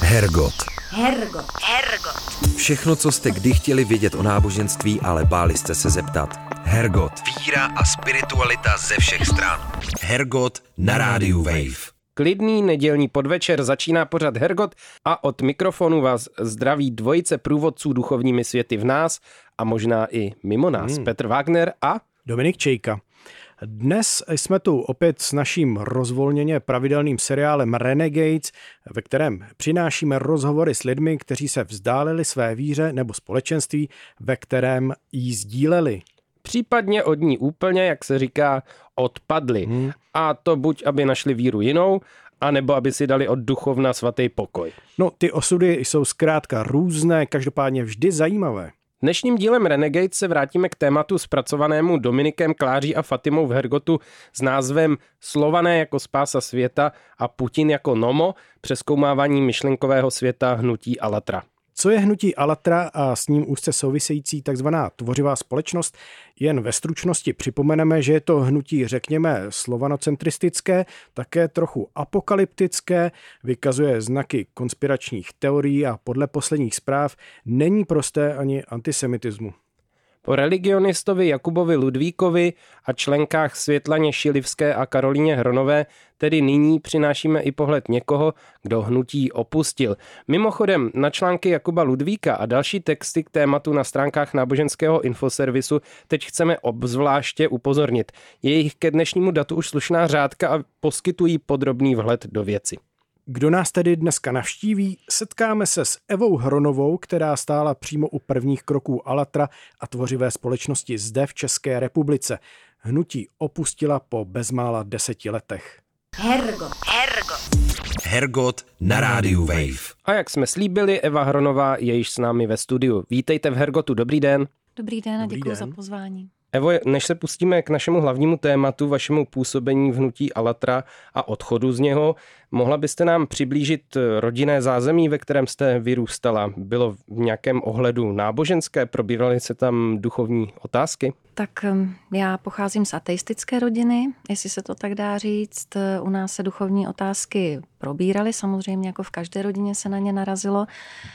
Hergot. Hergot. Všechno, co jste kdy chtěli vědět o náboženství, ale báli jste se zeptat. Hergot. Víra a spiritualita ze všech stran. Hergot na rádiu Wave. Klidný nedělní podvečer začíná pořad Hergot a od mikrofonu vás zdraví dvojice průvodců duchovními světy v nás a možná i mimo nás. Petr Wagner a Dominik Čejka. Dnes jsme tu opět s naším rozvolněně pravidelným seriálem Renegades, ve kterém přinášíme rozhovory s lidmi, kteří se vzdálili své víře nebo společenství, ve kterém jí sdíleli. případně od ní úplně, jak se říká, odpadli. A to buď, aby našli víru jinou, anebo aby si dali od duchovna svatý pokoj. No, ty osudy jsou zkrátka různé, každopádně vždy zajímavé. Dnešním dílem Renegade se vrátíme k tématu zpracovanému Dominikem Kláří a Fatimou v Hergotu s názvem Slované jako spása světa a Putin jako Nomo, přezkoumávání myšlenkového světa hnutí Allatra. Co je hnutí Allatra a s ním úzce související takzvaná tvořivá společnost? Jen ve stručnosti připomeneme, že je to hnutí, řekněme, slovanocentristické, také trochu apokalyptické, vykazuje znaky konspiračních teorií a podle posledních zpráv není prosté ani antisemitismu. Po religionistovi Jakubovi Ludvíkovi a členkách Světlaně Šilivské a Karolíně Hronové tedy nyní přinášíme i pohled někoho, kdo hnutí opustil. Mimochodem, na články Jakuba Ludvíka a další texty k tématu na stránkách náboženského infoservisu teď chceme obzvláště upozornit. Je jich ke dnešnímu datu už slušná řádka a poskytují podrobný vhled do věci. Kdo nás tedy dneska navštíví, setkáme se s Evou Hronovou, která stála přímo u prvních kroků Allatra a tvořivé společnosti zde v České republice. Hnutí opustila po bezmála 10 letech. Hergot na rádiu Wave. A jak jsme slíbili, Eva Hronová je již s námi ve studiu. Vítejte v Hergotu, dobrý den. Dobrý den a Dobrý děkuji den. za pozvání. Evo, než se pustíme k našemu hlavnímu tématu, vašemu působení v hnutí Allatra a odchodu z něho, mohla byste nám přiblížit rodinné zázemí, ve kterém jste vyrůstala? Bylo v nějakém ohledu náboženské? Probíraly se tam duchovní otázky? Tak já pocházím z ateistické rodiny, jestli se to tak dá říct. U nás se duchovní otázky probíraly, samozřejmě jako v každé rodině se na ně narazilo,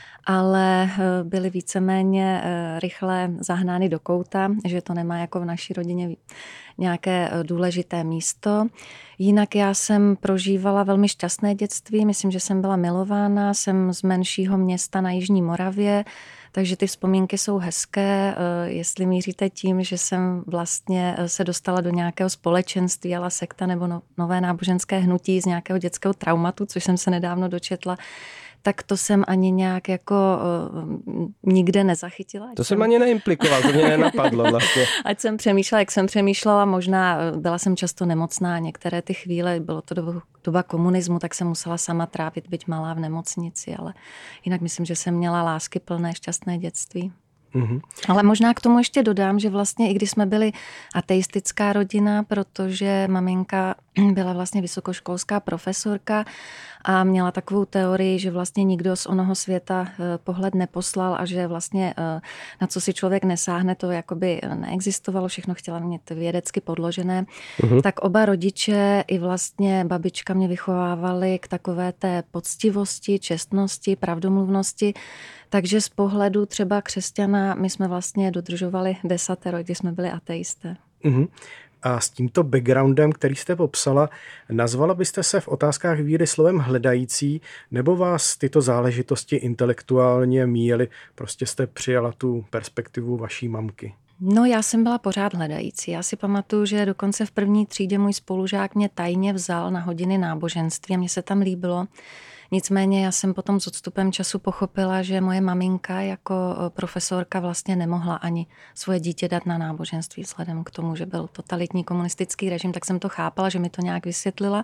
ale byly víceméně rychle zahnány do kouta, že to nemá jako v naší rodině nějaké důležité místo. Jinak já jsem prožívala velmi šťastné dětství, myslím, že jsem byla milována, jsem z menšího města na Jižní Moravě, takže ty vzpomínky jsou hezké, jestli míříte tím, že jsem vlastně se dostala do nějakého společenství, ale sekta nebo nové náboženské hnutí z nějakého dětského traumatu, což jsem se nedávno dočetla, tak to jsem ani nějak jako nikde nezachytila. To jsem ani neimplikoval, to mě nenapadlo vlastně. Ať jsem přemýšlela, jak jsem přemýšlela, možná byla jsem často nemocná, některé ty chvíle, bylo to doba komunismu, tak jsem musela sama trávit, byť malá v nemocnici, ale jinak myslím, že jsem měla láskyplné, šťastné dětství. Mm-hmm. Ale možná k tomu ještě dodám, že vlastně i když jsme byli ateistická rodina, protože maminka byla vlastně vysokoškolská profesorka a měla takovou teorii, že vlastně nikdo z onoho světa pohled neposlal a že vlastně na co si člověk nesáhne, to jakoby neexistovalo, všechno chtěla mít vědecky podložené. Mm-hmm. Tak oba rodiče i vlastně babička mě vychovávali k takové té poctivosti, čestnosti, pravdomluvnosti. Takže z pohledu třeba křesťana my jsme vlastně dodržovali 10, když jsme byli ateisté. Uh-huh. A s tímto backgroundem, který jste popsala, nazvala byste se v otázkách víry slovem hledající, nebo vás tyto záležitosti intelektuálně míjely, prostě jste přijala tu perspektivu vaší mamky? No, já jsem byla pořád hledající. Já si pamatuju, že dokonce v první třídě můj spolužák mě tajně vzal na hodiny náboženství a mně se tam líbilo. Nicméně já jsem potom s odstupem času pochopila, že moje maminka jako profesorka vlastně nemohla ani svoje dítě dát na náboženství vzhledem k tomu, že byl totalitní komunistický režim, tak jsem to chápala, že mi to nějak vysvětlila.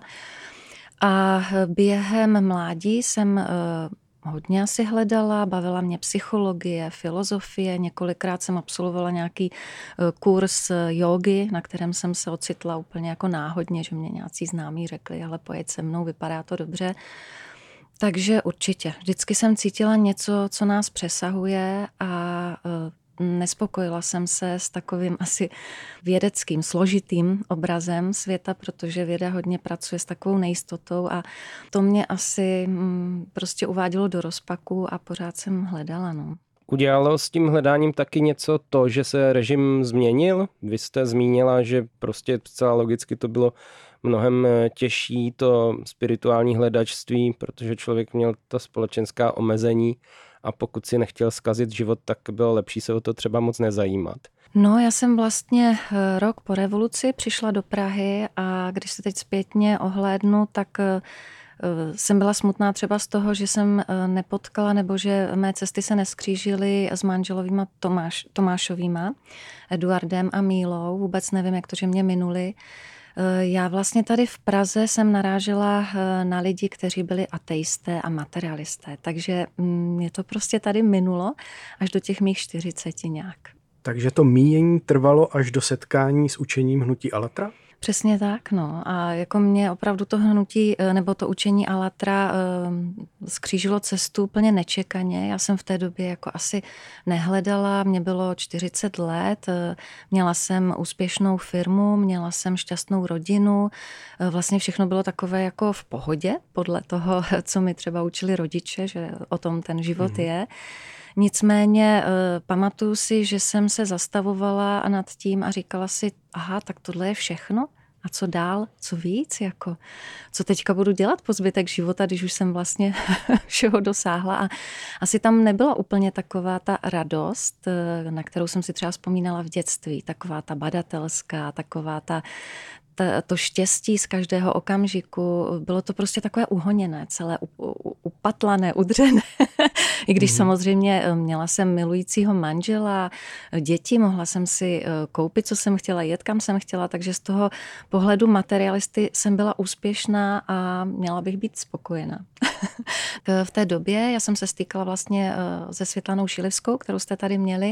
A během mládí jsem hodně asi hledala, bavila mě psychologie, filozofie, několikrát jsem absolvovala nějaký kurz jógy, na kterém jsem se ocitla úplně jako náhodně, že mě nějací známí řekli, ale pojď se mnou, vypadá to dobře. Takže určitě. Vždycky jsem cítila něco, co nás přesahuje a nespokojila jsem se s takovým asi vědeckým, složitým obrazem světa, protože věda hodně pracuje s takovou nejistotou a to mě asi prostě uvádělo do rozpaku a pořád jsem hledala. No. Udělalo s tím hledáním taky něco to, že se režim změnil? Vy jste zmínila, že prostě zcela logicky to bylo mnohem těžší, to spirituální hledačství, protože člověk měl ta společenská omezení a pokud si nechtěl zkazit život, tak bylo lepší se o to třeba moc nezajímat. No, já jsem vlastně rok po revoluci přišla do Prahy a když se teď zpětně ohlédnu, tak jsem byla smutná třeba z toho, že jsem nepotkala nebo že mé cesty se neskřížily s manželovýma Tomášovýma, Eduardem a Mílou. Vůbec nevím, jak to, že mě minuli. Já vlastně tady v Praze jsem narážela na lidi, kteří byli ateisté a materialisté, takže mě to prostě tady minulo až do těch mých 40 nějak. Takže to míjení trvalo až do setkání s učením hnutí Alatra? Přesně tak, no. A jako mě opravdu to hnutí nebo to učení Alatra skřížilo cestu úplně nečekaně. Já jsem v té době jako asi nehledala, mě bylo 40 let, měla jsem úspěšnou firmu, měla jsem šťastnou rodinu, vlastně všechno bylo takové jako v pohodě, podle toho, co mi třeba učili rodiče, že o tom ten život je. Nicméně pamatuju si, že jsem se zastavovala a nad tím a říkala si, aha, tak tohle je všechno? A co dál? Co víc? Jako, co teďka budu dělat po zbytek života, když už jsem vlastně všeho dosáhla? A asi tam nebyla úplně taková ta radost, na kterou jsem si třeba vzpomínala v dětství. Taková ta badatelská, taková to štěstí z každého okamžiku, bylo to prostě takové uhoněné, celé upatlané, udřené. I když samozřejmě měla jsem milujícího manžela, děti, mohla jsem si koupit, co jsem chtěla, jet kam jsem chtěla, takže z toho pohledu materialisty jsem byla úspěšná a měla bych být spokojená. V té době já jsem se stýkala vlastně se Světlanou Šilivskou, kterou jste tady měli,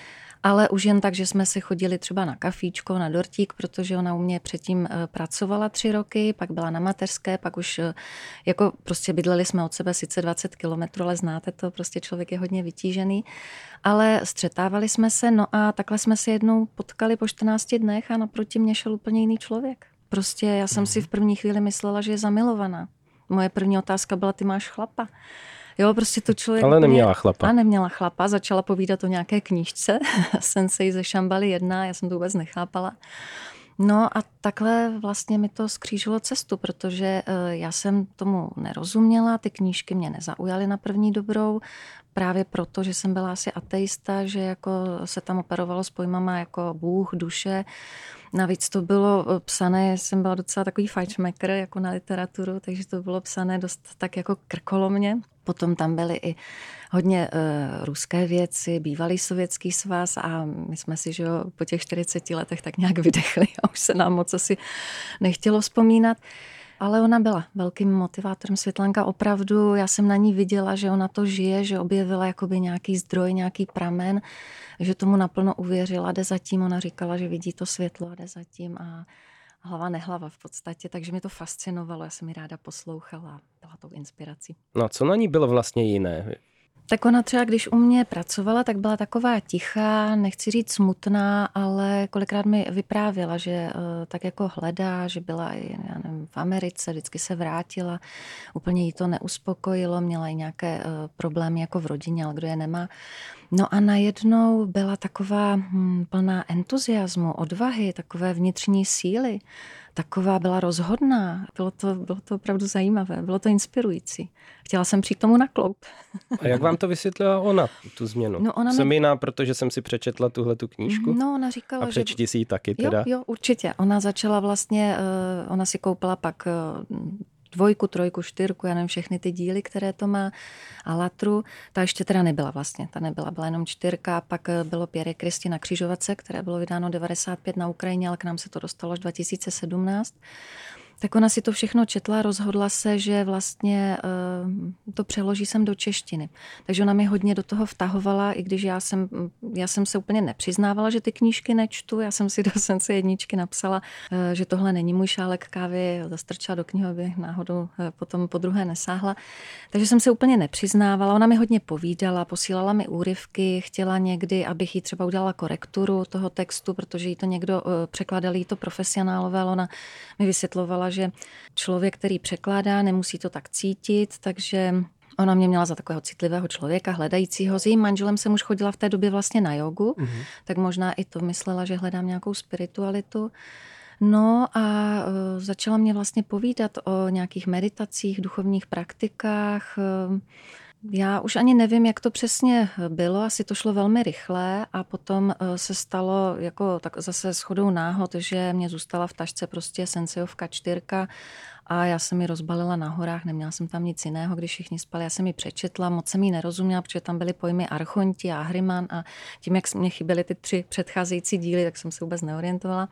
ale už jen tak, že jsme si chodili třeba na kafíčko, na dortík, protože ona u mě předtím pracovala 3 roky, pak byla na mateřské, pak už jako prostě bydleli jsme od sebe sice 20 kilometrů, ale znáte to, prostě člověk je hodně vytížený. Ale střetávali jsme se, no a takhle jsme se jednou potkali po 14 dnech a naproti mě šel úplně jiný člověk. Prostě já jsem si v první chvíli myslela, že je zamilovaná. Moje první otázka byla, ty máš chlapa? Jo, prostě to člověk... Ale neměla chlapa. A neměla chlapa, začala povídat o nějaké knížce, Sensei ze Šambaly 1, já jsem to vůbec nechápala. No a takhle vlastně mi to skřížilo cestu, protože já jsem tomu nerozuměla, ty knížky mě nezaujaly na první dobrou, právě proto, že jsem byla asi ateista, že jako se tam operovalo s pojmama jako Bůh, duše. Navíc to bylo psané, jsem byla docela takový fajčmekr jako na literaturu, takže to bylo psané dost tak jako krkolomně. Potom tam byly i hodně ruské věci, bývalý sovětský svaz a my jsme si, že jo, po těch 40 letech tak nějak vydechli a už se nám moc asi nechtělo vzpomínat. Ale ona byla velkým motivátorem, Světlanka opravdu, já jsem na ní viděla, že ona to žije, že objevila jakoby nějaký zdroj, nějaký pramen, že tomu naplno uvěřila, jde zatím, ona říkala, že vidí to světlo a jde zatím a hlava nehlava v podstatě, takže mě to fascinovalo, já jsem ji ráda poslouchala, byla tou inspirací. No a co na ní bylo vlastně jiné? Tak ona třeba, když u mě pracovala, tak byla taková tichá, nechci říct smutná, ale kolikrát mi vyprávěla, že tak jako hledá, že byla já nevím, v Americe, vždycky se vrátila, úplně jí to neuspokojilo, měla i nějaké problémy jako v rodině, ale kdo je nemá. No a najednou byla taková plná entuziasmu, odvahy, takové vnitřní síly. Taková byla rozhodná. Bylo to opravdu zajímavé, bylo to inspirující. Chtěla jsem přijít tomu na kloup. A jak vám to vysvětlila ona, tu změnu? No ona jsem jiná, protože jsem si přečetla tuhletu knížku. No ona říkala, a přečti si ji taky teda. Jo, určitě. Ona začala vlastně, ona si koupila pak 2, 3, 4, já nevím, všechny ty díly, které to má, Alatru. Ta ještě teda nebyla vlastně, byla jenom 4, pak bylo Pierre Christie na křižovatce, které bylo vydáno 95 na Ukrajině, ale k nám se to dostalo až 2017. Tak ona si to všechno četla, rozhodla se, že vlastně to přeloží sem do češtiny. Takže ona mi hodně do toho vtahovala, i když já jsem se úplně nepřiznávala, že ty knížky nečtu. Já jsem si do Sence jedničky napsala, že tohle není můj šálek kávy, zastrčila do knihovny, náhodou potom po druhé nesáhla. Takže jsem se úplně nepřiznávala. Ona mi hodně povídala, posílala mi úryvky, chtěla někdy, abych jí třeba udělala korekturu toho textu, protože jí to někdo překladal, jí to profesionálové, ale ona mi vysvětlovala, že člověk, který překládá, nemusí to tak cítit, takže ona mě měla za takového citlivého člověka, hledajícího. S jejím manželem jsem už chodila v té době vlastně na jogu, tak možná i to myslela, že hledám nějakou spiritualitu. No a začala mě vlastně povídat o nějakých meditacích, duchovních praktikách. Já už ani nevím, jak to přesně bylo, asi to šlo velmi rychle a potom se stalo jako tak zase shodou náhod, že mě zůstala v tašce prostě Sensejovka 4 a já jsem ji rozbalila na horách, neměla jsem tam nic jiného, když všichni spali, já jsem ji přečetla, moc jsem ji nerozuměla, protože tam byly pojmy archonti a Ahriman a tím, jak mě chyběly ty 3 předcházející díly, tak jsem se vůbec neorientovala.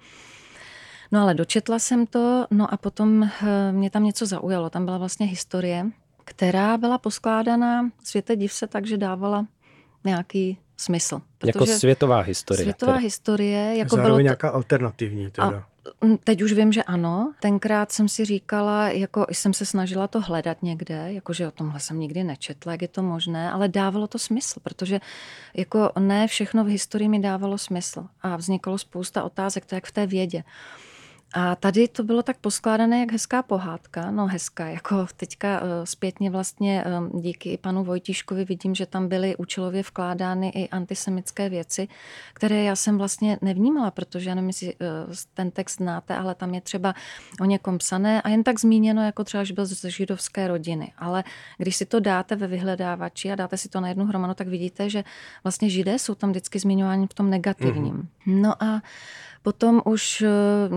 No ale dočetla jsem to, no a potom mě tam něco zaujalo, tam byla vlastně historie, která byla poskládaná, světe div se, takže dávala nějaký smysl. Jako světová historie. Světová historie. Jako zároveň bylo nějaká alternativní teda. A teď už vím, že ano. Tenkrát jsem si říkala, jako jsem se snažila to hledat někde, jakože o tomhle jsem nikdy nečetla, jak je to možné, ale dávalo to smysl, protože jako ne všechno v historii mi dávalo smysl. A vznikalo spousta otázek, to jak v té vědě. A tady to bylo tak poskládané, jak hezká pohádka. No hezká, jako teďka zpětně vlastně díky i panu Vojtíškovi vidím, že tam byly účelově vkládány i antisemické věci, které já jsem vlastně nevnímala, protože já nevím, jestli ten text znáte, ale tam je třeba o někom psané a jen tak zmíněno, jako třeba, že byl z židovské rodiny. Ale když si to dáte ve vyhledávači a dáte si to na jednu hromadu, tak vidíte, že vlastně židé jsou tam vždycky zmiňováni v tom negativním. No a potom už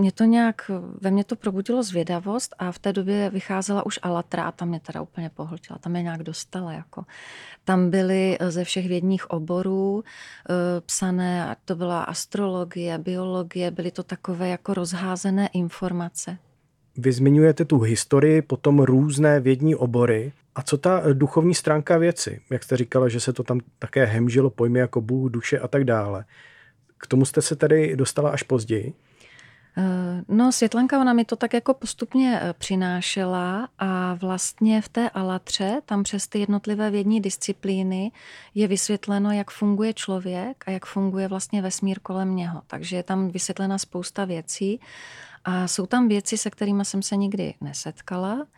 ve mně to probudilo zvědavost a v té době vycházela už Allatra a tam mě teda úplně pohltila, tam mě nějak dostala. Jako. Tam byly ze všech vědních oborů psané, to byla astrologie, biologie, byly to takové jako rozházené informace. Vy zmiňujete tu historii, potom různé vědní obory. A co ta duchovní stránka věci? Jak jste říkala, že se to tam také hemžilo pojmy jako Bůh, duše a tak dále. K tomu jste se tady dostala až později? No, Světlanka, ona mi to tak jako postupně přinášela a vlastně v té Allatře, tam přes ty jednotlivé vědní disciplíny je vysvětleno, jak funguje člověk a jak funguje vlastně vesmír kolem něho. Takže je tam vysvětlena spousta věcí a jsou tam věci, se kterými jsem se nikdy nesetkala.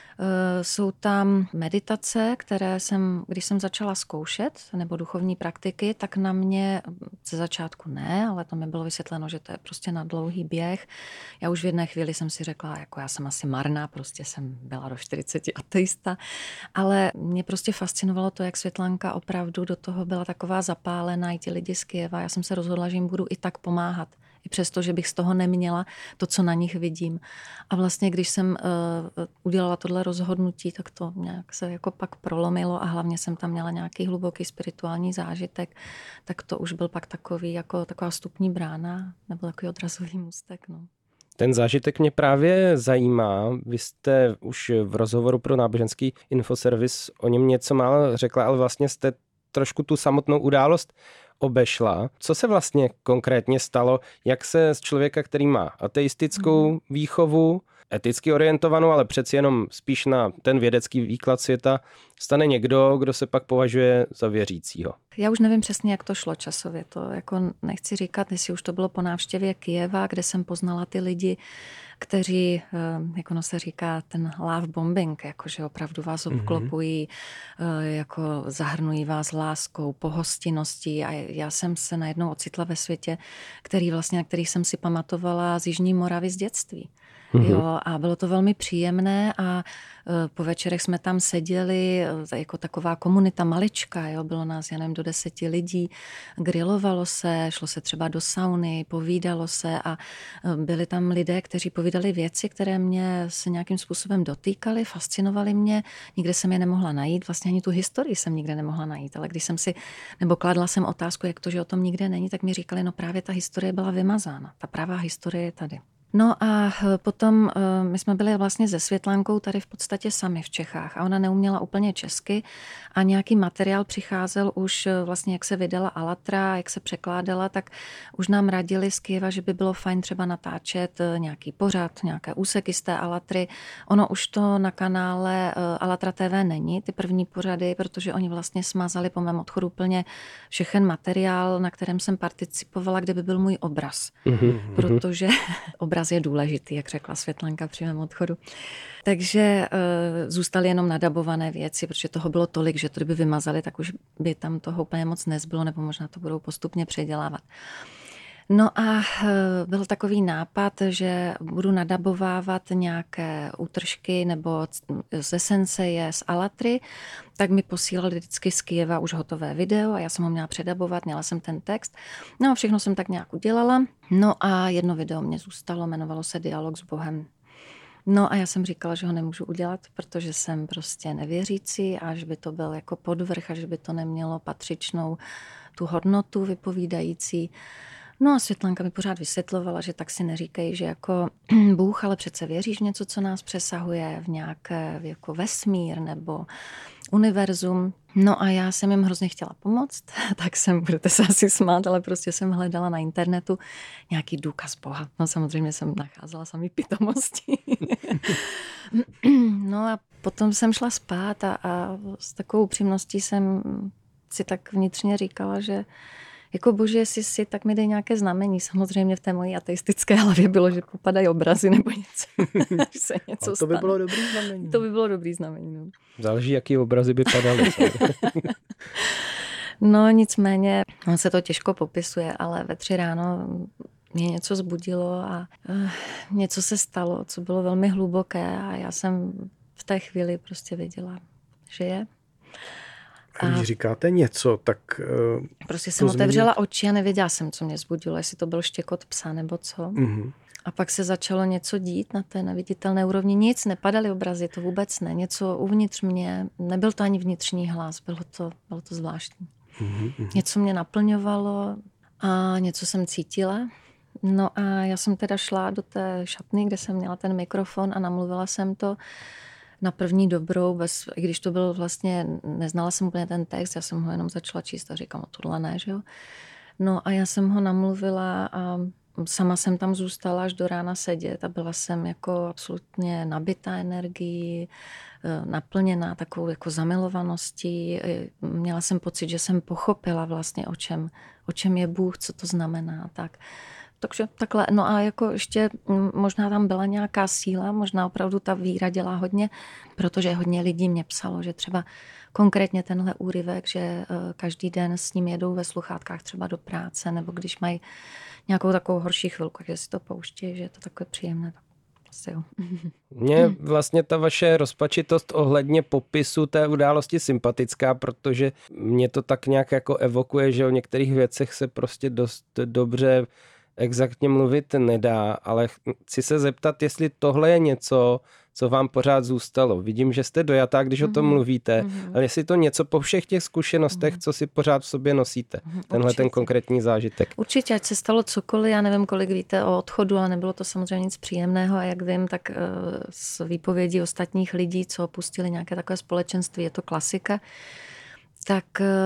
Jsou tam meditace, které když jsem začala zkoušet, nebo duchovní praktiky, tak na mě ze začátku ne, ale to mi bylo vysvětleno, že to je prostě na dlouhý běh. Já už v jedné chvíli jsem si řekla, jako já jsem asi marná, prostě jsem byla do 40 ateista, ale mě prostě fascinovalo to, jak Světlanka opravdu do toho byla taková zapálená, i ti lidi z Kyjeva. Já jsem se rozhodla, že jim budu i tak pomáhat. I přesto, že bych z toho neměla to, co na nich vidím. A vlastně, když jsem udělala tohle rozhodnutí, tak to nějak se jako pak prolomilo a hlavně jsem tam měla nějaký hluboký spirituální zážitek, tak to už byl pak takový, jako taková vstupní brána nebo takový odrazový můstek. No. Ten zážitek mě právě zajímá. Vy jste už v rozhovoru pro náboženský infoservis o něm něco málo řekla, ale vlastně jste trošku tu samotnou událost obešla. Co se vlastně konkrétně stalo? Jak se z člověka, který má ateistickou výchovu, eticky orientovanou, ale přeci jenom spíš na ten vědecký výklad světa, stane někdo, kdo se pak považuje za věřícího? Já už nevím přesně, jak to šlo časově. To jako nechci říkat, jestli už to bylo po návštěvě Kyjeva, kde jsem poznala ty lidi, kteří, jak ono se říká, ten love bombing, jakože opravdu vás obklopují, jako zahrnují vás láskou, pohostinností a já jsem se najednou ocitla ve světě, na který jsem si pamatovala z Jižní Moravy z dětství. Jo, a bylo to velmi příjemné a po večerech jsme tam seděli jako taková komunita malička, jo, bylo nás, já nevím, do 10 lidí, grilovalo se, šlo se třeba do sauny, povídalo se a byli tam lidé, kteří povídali věci, které mě se nějakým způsobem dotýkaly, fascinovaly mě, nikde jsem je nemohla najít, vlastně ani tu historii jsem nikde nemohla najít, ale když jsem kladla jsem otázku, jak to, že o tom nikde není, tak mi říkali, no právě ta historie byla vymazána, ta pravá historie je tady. No a potom my jsme byli vlastně se Světlankou tady v podstatě sami v Čechách a ona neuměla úplně česky a nějaký materiál přicházel už vlastně, jak se vydala Alatra, jak se překládala, tak už nám radili z Kyjeva, že by bylo fajn třeba natáčet nějaký pořad, nějaké úseky z té Alatry. Ono už to na kanále Alatra TV není, ty první pořady, protože oni vlastně smazali po mém odchodu úplně všechen materiál, na kterém jsem participovala, kde by byl můj obraz. Protože obraz je důležitý, jak řekla Světlanka při mém odchodu. Takže zůstaly jenom nadabované věci, protože toho bylo tolik, že to kdyby vymazali, tak už by tam toho úplně moc nezbylo, nebo možná to budou postupně předělávat. No a byl takový nápad, že budu nadabovávat nějaké útržky nebo ze Senseje z Alatry, tak mi posílali vždycky z Kyjeva už hotové video a já jsem ho měla předabovat, měla jsem ten text. No a všechno jsem tak nějak udělala. No a jedno video mě zůstalo, jmenovalo se Dialog s Bohem. No a já jsem říkala, že ho nemůžu udělat, protože jsem prostě nevěřící a že by to byl jako podvrch a že by to nemělo patřičnou tu hodnotu vypovídající. No a Světlanka mi pořád vysvětlovala, že tak si neříkej, že jako Bůh, ale přece věříš v něco, co nás přesahuje, v nějaké jako vesmír nebo univerzum. No a já jsem jim hrozně chtěla pomoct, tak budete se asi smát, ale prostě jsem hledala na internetu nějaký důkaz Boha. No samozřejmě jsem nacházela samý pitomosti. No a potom jsem šla spát a s takovou upřímností jsem si tak vnitřně říkala, že jako Bože, jestli si, tak mi dej nějaké znamení. Samozřejmě v té mojí ateistické hlavě bylo, že popadají obrazy nebo něco. Že se něco to by bylo dobrý znamení. To by bylo dobrý znamení. No. Záleží, jaký obrazy by padaly. No nicméně, on se to těžko popisuje, ale ve 3 ráno mě něco zbudilo a něco se stalo, co bylo velmi hluboké a já jsem v té chvíli prostě věděla, že je. A když říkáte něco, tak prostě jsem otevřela oči a nevěděla jsem, co mě zbudilo, jestli to byl štěkot psa nebo co. Mm-hmm. A pak se začalo něco dít na té neviditelné úrovni. Nic, nepadaly obrazy, to vůbec ne. Něco uvnitř mě, nebyl to ani vnitřní hlas, bylo to zvláštní. Mm-hmm. Něco mě naplňovalo a něco jsem cítila. No a já jsem teda šla do té šatny, kde jsem měla ten mikrofon a namluvila jsem to na první dobrou, i když to byl vlastně, neznala jsem úplně ten text, já jsem ho jenom začala číst a říkám, tohle ne, že jo. No a já jsem ho namluvila a sama jsem tam zůstala až do rána sedět a byla jsem jako absolutně nabitá energií, naplněná takovou jako zamilovaností. Měla jsem pocit, že jsem pochopila vlastně, o čem je Bůh, co to znamená, tak. Takže takhle, no a jako ještě možná tam byla nějaká síla, možná opravdu ta víra dělá hodně, protože hodně lidí mě psalo, že třeba konkrétně tenhle úryvek, že každý den s ním jedou ve sluchátkách třeba do práce, nebo když mají nějakou takovou horší chvilku, že si to pouští, že je to takové příjemné. Asi jo. Mně vlastně ta vaše rozpačitost ohledně popisu té události sympatická, protože mě to tak nějak jako evokuje, že o některých věcech se prostě dost dobře exaktně mluvit nedá, ale chci se zeptat, jestli tohle je něco, co vám pořád zůstalo. Vidím, že jste dojatá, když o tom mluvíte, ale jestli to něco po všech těch zkušenostech, co si pořád v sobě nosíte, tenhle ten konkrétní zážitek. Určitě, ať se stalo cokoliv, já nevím, kolik víte o odchodu, ale nebylo to samozřejmě nic příjemného a jak vím, tak z výpovědí ostatních lidí, co opustili nějaké takové společenství, je to klasika, tak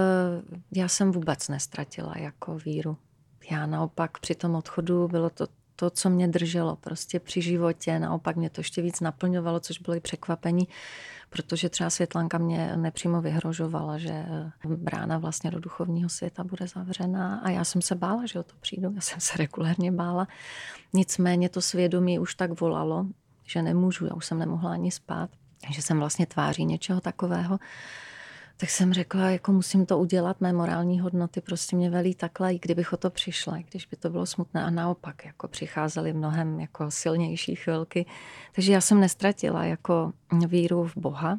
já jsem vůbec nestratila jako víru. Já naopak při tom odchodu bylo to, co mě drželo prostě při životě, naopak mě to ještě víc naplňovalo, což bylo i překvapení, protože třeba Světlanka mě nepřímo vyhrožovala, že brána vlastně do duchovního světa bude zavřená a já jsem se bála, že o to přijdu, já jsem se regulérně bála. Nicméně to svědomí už tak volalo, že nemůžu, já už jsem nemohla ani spát, že jsem vlastně tváří něčeho takového. Tak jsem řekla, jako musím to udělat, mé morální hodnoty prostě mě velí takhle, i kdybych o to přišla, i když by to bylo smutné a naopak, jako přicházely mnohem jako silnější chvilky. Takže já jsem nestratila jako víru v Boha,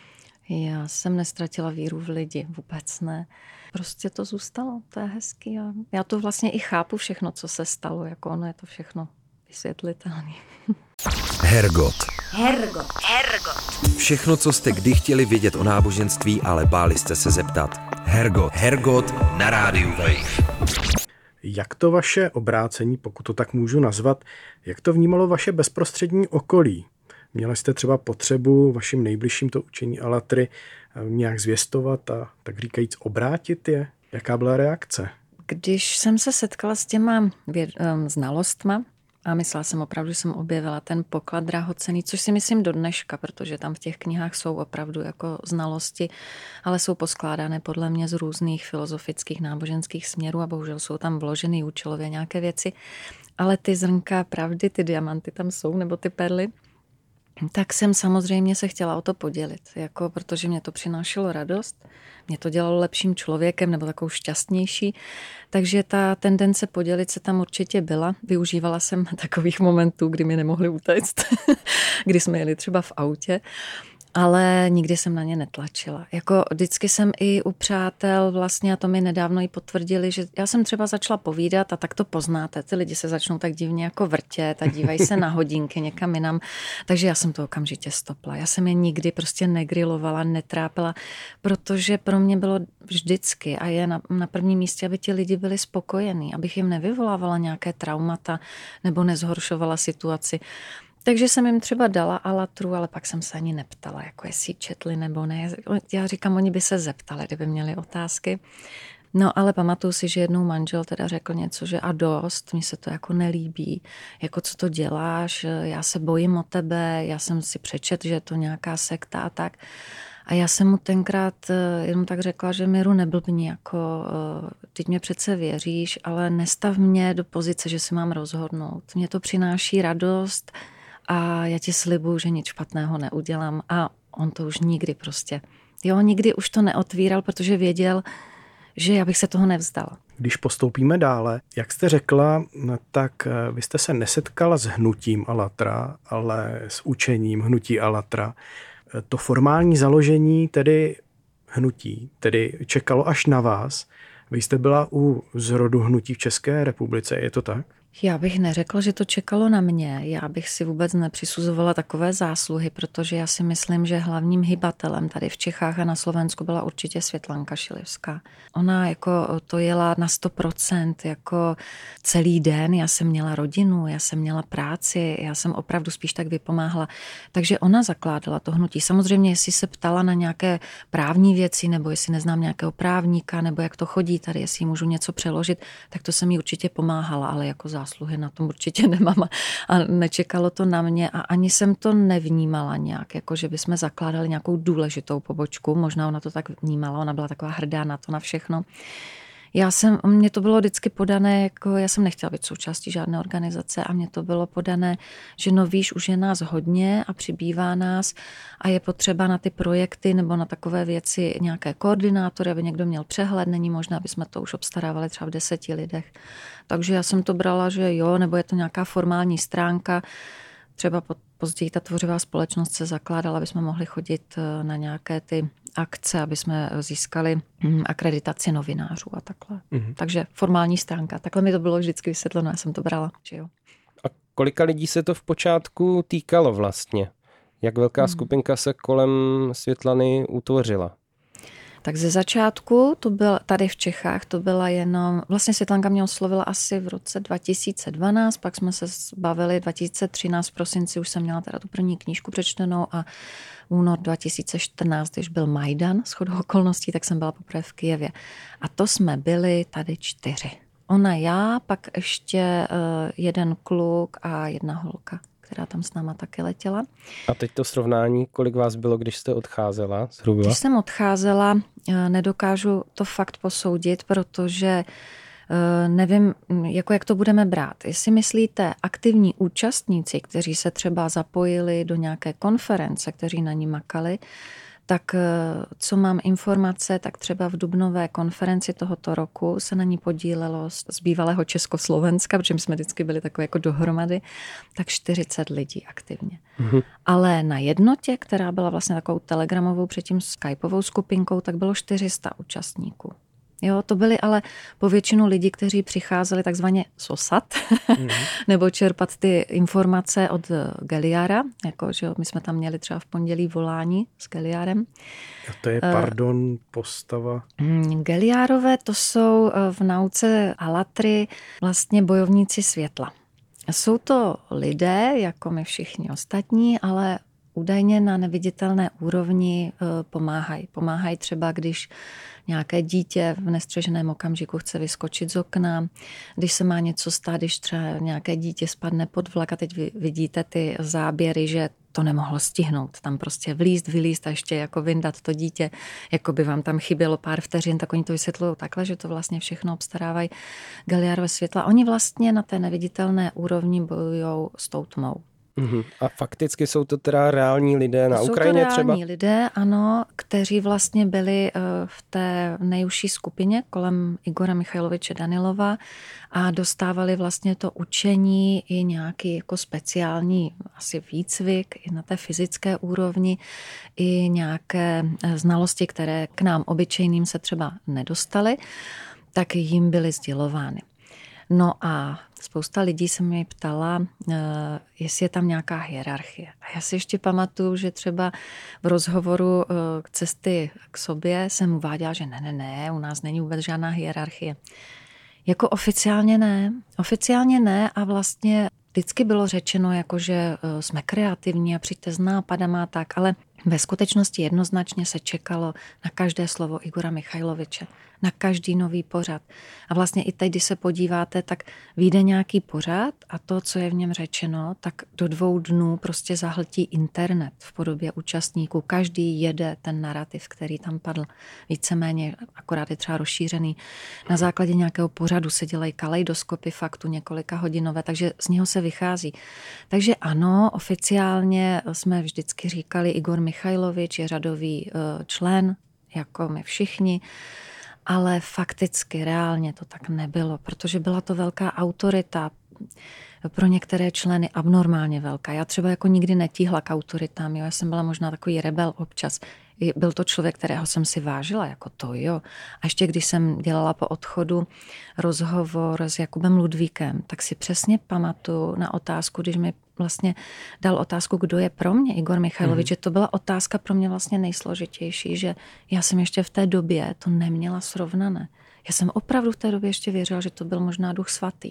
já jsem nestratila víru v lidi, vůbec ne. Prostě to zůstalo, to je hezký a já to vlastně i chápu všechno, co se stalo, jako ono je to všechno vysvětlitelné. Hergot. Všechno, co jste kdy chtěli vědět o náboženství, ale báli jste se zeptat. Hergot na rádiu Wave. Jak to vaše obrácení, pokud to tak můžu nazvat, jak to vnímalo vaše bezprostřední okolí? Měli jste třeba potřebu vašim nejbližším to učení Allatry nějak zvěstovat a tak říkajíc obrátit je? Jaká byla reakce? Když jsem se setkala s těma znalostma a myslela jsem opravdu, že jsem objevila ten poklad drahocenný, což si myslím do dneška, protože tam v těch knihách jsou opravdu jako znalosti, ale jsou poskládané podle mě z různých filozofických, náboženských směrů a bohužel jsou tam vloženy účelově nějaké věci. Ale ty zrnka pravdy, ty diamanty tam jsou, nebo ty perly, tak jsem samozřejmě se chtěla o to podělit, jako protože mě to přinášelo radost, mě to dělalo lepším člověkem nebo takovou šťastnější, takže ta tendence podělit se tam určitě byla. Využívala jsem takových momentů, kdy mi nemohli utéct, kdy jsme jeli třeba v autě, ale nikdy jsem na ně netlačila. Jako vždycky jsem i u přátel vlastně, a to mi nedávno i potvrdili, že já jsem třeba začala povídat a tak to poznáte. Ty lidi se začnou tak divně jako vrtět a dívají se na hodinky někam jinam. Takže já jsem to okamžitě stopla. Já jsem je nikdy prostě negrilovala, netrápila, protože pro mě bylo vždycky a je na prvním místě, aby ti lidi byli spokojení, abych jim nevyvolávala nějaké traumata nebo nezhoršovala situaci. Takže jsem jim třeba dala Allatru, ale pak jsem se ani neptala, jako jestli četli nebo ne. Já říkám, oni by se zeptali, kdyby měli otázky. No ale pamatuju si, že jednou manžel teda řekl něco, že a dost, mně se to jako nelíbí, jako co to děláš, já se bojím o tebe, já jsem si přečet, že je to nějaká sekta a tak. A já jsem mu tenkrát jenom tak řekla, že Míru neblbni, jako teď mě přece věříš, ale nestav mě do pozice, že si mám rozhodnout. Mně to přináší radost, a já ti slibuju, že nic špatného neudělám. A on to už nikdy prostě. Jo, nikdy už to neotvíral, protože věděl, že já bych se toho nevzdala. Když postoupíme dále, jak jste řekla, tak vy jste se nesetkala s hnutím Allatra, ale s učením hnutí Allatra. To formální založení tedy hnutí, tedy čekalo až na vás. Vy jste byla u zrodu hnutí v České republice, je to tak? Já bych neřekla, že to čekalo na mě. Já bych si vůbec nepřisuzovala takové zásluhy, protože já si myslím, že hlavním hybatelem tady v Čechách a na Slovensku byla určitě Světlanka Šilivská. Ona jako to jela na 100%, jako celý den. Já jsem měla rodinu, já jsem měla práci, já jsem opravdu spíš tak vypomáhala. Takže ona zakládala to hnutí. Samozřejmě, jestli se ptala na nějaké právní věci, nebo jestli neznám nějakého právníka, nebo jak to chodí tady, jestli můžu něco přeložit, tak to jsem jí určitě pomáhala, ale jako zásluhy na tom určitě nemám a nečekalo to na mě a ani jsem to nevnímala nějak, jako že bychom zakládali nějakou důležitou pobočku, možná ona to tak vnímala, ona byla taková hrdá na to, na všechno. Mně to bylo vždycky podané, jako já jsem nechtěla být součástí žádné organizace a mně to bylo podané, že no víš, už je nás hodně a přibývá nás a je potřeba na ty projekty nebo na takové věci nějaké koordinátory, aby někdo měl přehled, není možné, aby jsme to už obstarávali třeba v 10 lidech. Takže já jsem to brala, že jo, nebo je to nějaká formální stránka, třeba později ta tvořivá společnost se zakládala, aby jsme mohli chodit na nějaké ty akce, aby jsme získali akreditaci novinářů a takhle. Takže formální stránka. Takhle mi to bylo vždycky vysvětleno, já jsem to brala. Že jo. A kolika lidí se to v počátku týkalo vlastně? Jak velká skupinka se kolem Světlany utvořila? Tak ze začátku, to byl tady v Čechách, to byla jenom, vlastně Světlanka mě oslovila asi v roce 2012, pak jsme se bavili 2013 v prosinci, už jsem měla teda tu první knížku přečtenou a únor 2014, když byl Majdan, shodou okolností, tak jsem byla poprvé v Kyjevě. A to jsme byli tady 4. Ona, já, pak ještě jeden kluk a jedna holka, která tam s náma taky letěla. A teď to srovnání, kolik vás bylo, když jste odcházela zhruba? Když jsem odcházela, nedokážu to fakt posoudit, protože nevím, jako jak to budeme brát. Jestli myslíte aktivní účastníci, kteří se třeba zapojili do nějaké konference, kteří na ní makali, tak co mám informace, tak třeba v dubnové konferenci tohoto roku se na ní podílelo z bývalého Československa, protože my jsme vždycky byli takové jako dohromady, tak 40 lidí aktivně. Ale na jednotě, která byla vlastně takovou telegramovou předtím skypovou skupinkou, tak bylo 400 účastníků. Jo, to byli ale povětšinu lidi, kteří přicházeli takzvaně sosat, nebo čerpat ty informace od Geliára, jako že my jsme tam měli třeba v pondělí volání s Geliárem. A to je, postava? Geliárové to jsou v nauce Alatry vlastně bojovníci světla. Jsou to lidé, jako my všichni ostatní, ale údajně na neviditelné úrovni pomáhají. Pomáhají třeba, když nějaké dítě v nestřeženém okamžiku chce vyskočit z okna, když se má něco stát, když třeba nějaké dítě spadne pod vlak a teď vidíte ty záběry, že to nemohlo stihnout. Tam prostě vylízt a ještě jako vyndat to dítě, jako by vám tam chybělo pár vteřin, tak oni to vysvětlují takhle, že to vlastně všechno obstarávají Geliárové světla. Oni vlastně na té neviditelné úrovni bojují s tou tmou. A fakticky jsou to teda reální lidé na Ukrajině třeba? Jsou to reální lidé, ano, kteří vlastně byli v té nejužší skupině kolem Igora Michajloviče Danilova a dostávali vlastně to učení i nějaký jako speciální asi výcvik i na té fyzické úrovni, i nějaké znalosti, které k nám obyčejným se třeba nedostaly, tak jim byly sdělovány. No a spousta lidí se mě ptala, jestli je tam nějaká hierarchie. A já si ještě pamatuju, že třeba v rozhovoru k Cesty k sobě jsem uváděla, že ne, u nás není vůbec žádná hierarchie. Jako oficiálně ne a vlastně vždycky bylo řečeno, jako že jsme kreativní a přijďte s nápadama a tak, ale ve skutečnosti jednoznačně se čekalo na každé slovo Igora Michajloviče, na každý nový pořad. A vlastně i teď, když se podíváte, tak vyjde nějaký pořad a to, co je v něm řečeno, tak do 2 dnů prostě zahltí internet v podobě účastníků. Každý jede ten narrativ, který tam padl. Víceméně akorát je třeba rozšířený. Na základě nějakého pořadu se dělají kaleidoskopy faktu několika hodinové, takže z něho se vychází. Takže ano, oficiálně jsme vždycky říkali, Igor Michajlovič je řadový člen, jako my všichni, ale fakticky, reálně to tak nebylo, protože byla to velká autorita, pro některé členy abnormálně velká. Já třeba jako nikdy netíhla k autoritám, jo? Já jsem byla možná takový rebel občas. Byl to člověk, kterého jsem si vážila, jako to, jo. A ještě když jsem dělala po odchodu rozhovor s Jakubem Ludvíkem, tak si přesně pamatuju na otázku, když mi vlastně dal otázku, kdo je pro mě Igor Michajlovič, že to byla otázka pro mě vlastně nejsložitější, že já jsem ještě v té době to neměla srovnané. Já jsem opravdu v té době ještě věřila, že to byl možná Duch svatý.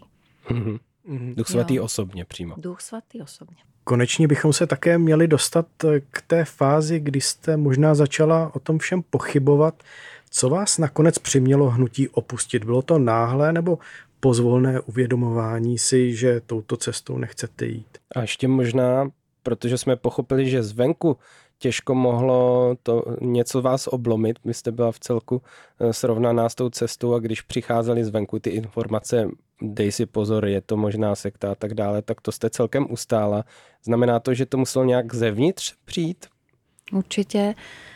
Duch svatý osobně přímo. Duch svatý osobně. Konečně bychom se také měli dostat k té fázi, kdy jste možná začala o tom všem pochybovat. Co vás nakonec přimělo hnutí opustit? Bylo to náhlé nebo pozvolné uvědomování si, že touto cestou nechcete jít? A ještě možná, protože jsme pochopili, že zvenku těžko mohlo to něco vás oblomit. Vy jste byla v celku srovnaná s tou cestou a když přicházely zvenku ty informace, dej si pozor, je to možná sekta a tak dále, tak to jste celkem ustála. Znamená to, že to muselo nějak zevnitř přijít? Určitě,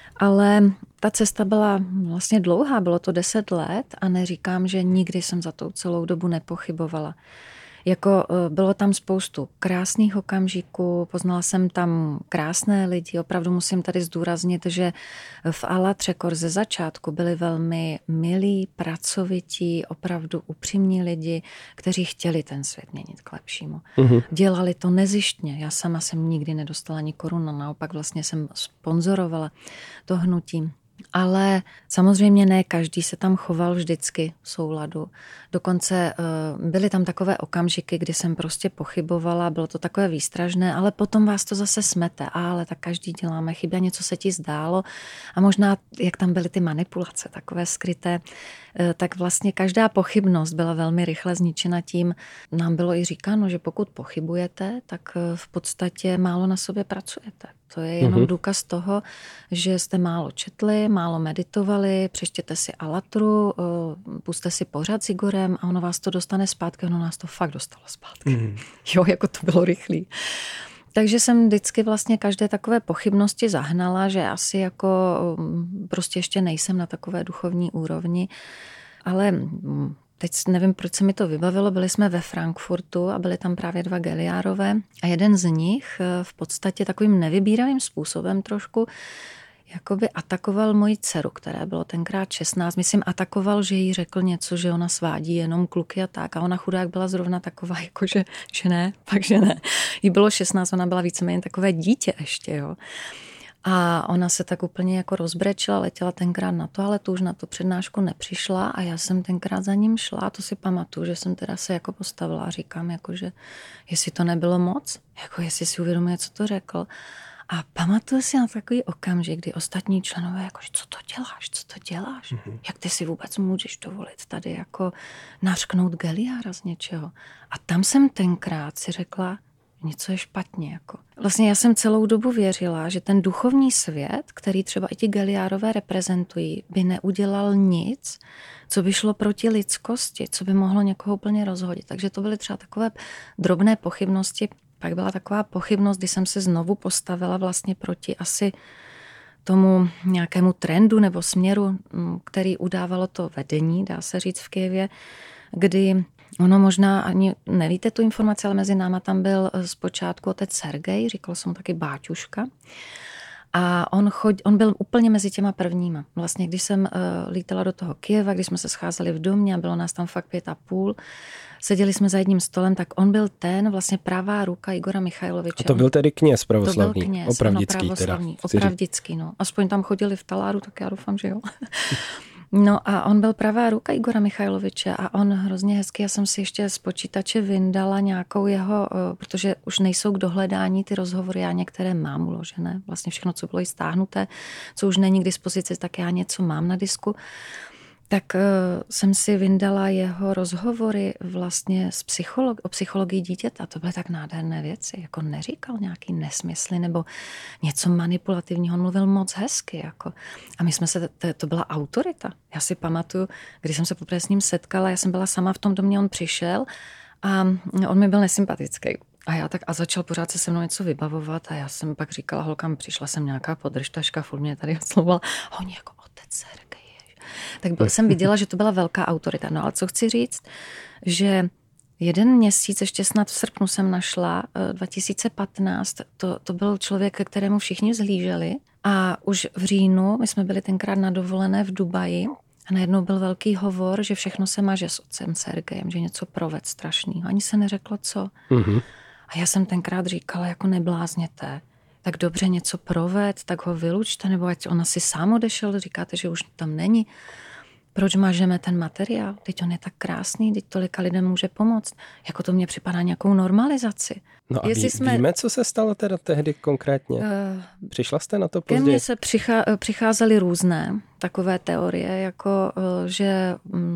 ale ta cesta byla vlastně dlouhá, bylo to 10 let a neříkám, že nikdy jsem za tou celou dobu nepochybovala. Jako bylo tam spoustu krásných okamžiků, poznala jsem tam krásné lidi, opravdu musím tady zdůraznit, že v Alatře ze začátku byli velmi milí, pracovití, opravdu upřímní lidi, kteří chtěli ten svět měnit k lepšímu. Dělali to nezištně, já sama jsem nikdy nedostala ani korunu, naopak vlastně jsem sponzorovala to hnutí. Ale samozřejmě ne každý se tam choval vždycky v souladu. Dokonce byly tam takové okamžiky, kdy jsem prostě pochybovala, bylo to takové výstražné, ale potom vás to zase smete. Ale tak každý děláme chyby a něco se ti zdálo. A možná, jak tam byly ty manipulace takové skryté, tak vlastně každá pochybnost byla velmi rychle zničena tím. Nám bylo i říkáno, že pokud pochybujete, tak v podstatě málo na sobě pracujete. To je jenom důkaz toho, že jste málo četli, málo meditovali, přečtěte si Alatru, puste si pořad s Igorem a ono vás to dostane zpátky, ono nás to fakt dostalo zpátky. Jo, jako to bylo rychlý. Takže jsem vždycky vlastně každé takové pochybnosti zahnala, že asi jako prostě ještě nejsem na takové duchovní úrovni, ale teď nevím, proč se mi to vybavilo, byli jsme ve Frankfurtu a byli tam právě 2 Geliárové a jeden z nich v podstatě takovým nevybíravým způsobem trošku jakoby atakoval moji dceru, které bylo tenkrát 16. Myslím, atakoval, že jí řekl něco, že ona svádí jenom kluky a tak. A ona chudák byla zrovna taková, jako že ne, takže ne. Jí bylo 16, ona byla víceméně takové dítě ještě, jo. A ona se tak úplně jako rozbrečela, letěla tenkrát na toaletu, už na tu přednášku nepřišla a já jsem tenkrát za ním šla a to si pamatuju, že jsem teda se jako postavila a říkám, jako, že jestli to nebylo moc, jako jestli si uvědomuje, co to řekl. A pamatuju si na takový okamžik, kdy ostatní členové, jako, co to děláš? Jak ty si vůbec můžeš dovolit tady jako nařknout Geliára z něčeho? A tam jsem tenkrát si řekla, něco je špatně. Jako. Vlastně já jsem celou dobu věřila, že ten duchovní svět, který třeba i ti Geliárové reprezentují, by neudělal nic, co by šlo proti lidskosti, co by mohlo někoho úplně rozhodit. Takže to byly třeba takové drobné pochybnosti. Pak byla taková pochybnost, kdy jsem se znovu postavila vlastně proti asi tomu nějakému trendu nebo směru, který udávalo to vedení, dá se říct v Kyjevě, kdy ono možná ani nevíte tu informaci, ale mezi náma tam byl zpočátku otec Sergej, říkal jsem mu taky Báťuška. A on byl úplně mezi těma prvníma. Vlastně, když jsem lítala do toho Kyjeva, když jsme se scházeli v domě a bylo nás tam fakt 5,5, seděli jsme za jedním stolem, tak on byl ten vlastně pravá ruka Igora Michajloviče. A to byl tedy kněz pravoslavný, to byl kněz, opravdický. Opravdický, no. Aspoň tam chodili v taláru, tak já doufám, že jo. No a on byl pravá ruka Igora Michajloviče a on hrozně hezky, já jsem si ještě z počítače vyndala nějakou jeho, protože už nejsou k dohledání ty rozhovory, já některé mám uložené, vlastně všechno, co bylo i stáhnuté, co už není k dispozici, tak já něco mám na disku. Tak jsem si vyndala jeho rozhovory vlastně o psychologii dítěta. To byly tak nádherné věci. Jako neříkal nějaký nesmysly nebo něco manipulativního. On mluvil moc hezky. Jako. A my jsme se, to byla autorita. Já si pamatuju, když jsem se poprvé s ním setkala, já jsem byla sama v tom domě, on přišel a on mi byl nesympatický. A začal pořád se mnou něco vybavovat a já jsem pak říkala holkám, přišla jsem nějaká podržtaška, furt mě tady oslovovala. Oni jako otec Sergej. Tak jsem viděla, že to byla velká autorita. No ale co chci říct, že 1 měsíc, ještě snad v srpnu jsem našla, 2015, to byl člověk, ke kterému všichni vzhlíželi. A už v říjnu, my jsme byli tenkrát na dovolené v Dubaji a najednou byl velký hovor, že všechno se maže s otcem Sergejem, že něco proved strašný. Ani se neřeklo co. Mm-hmm. A já jsem tenkrát říkala, jako neblázněte. Tak dobře něco proved, tak ho vylučte, nebo ať on asi sám odešel, říkáte, že už tam není. Proč mažeme ten materiál? Teď on je tak krásný, teď tolika lidem může pomoct. Jako to mně připadá nějakou normalizaci. No a víme, co se stalo teda tehdy konkrétně? Přišla jste na to později? Ke mně se přicházely různé takové teorie, jako že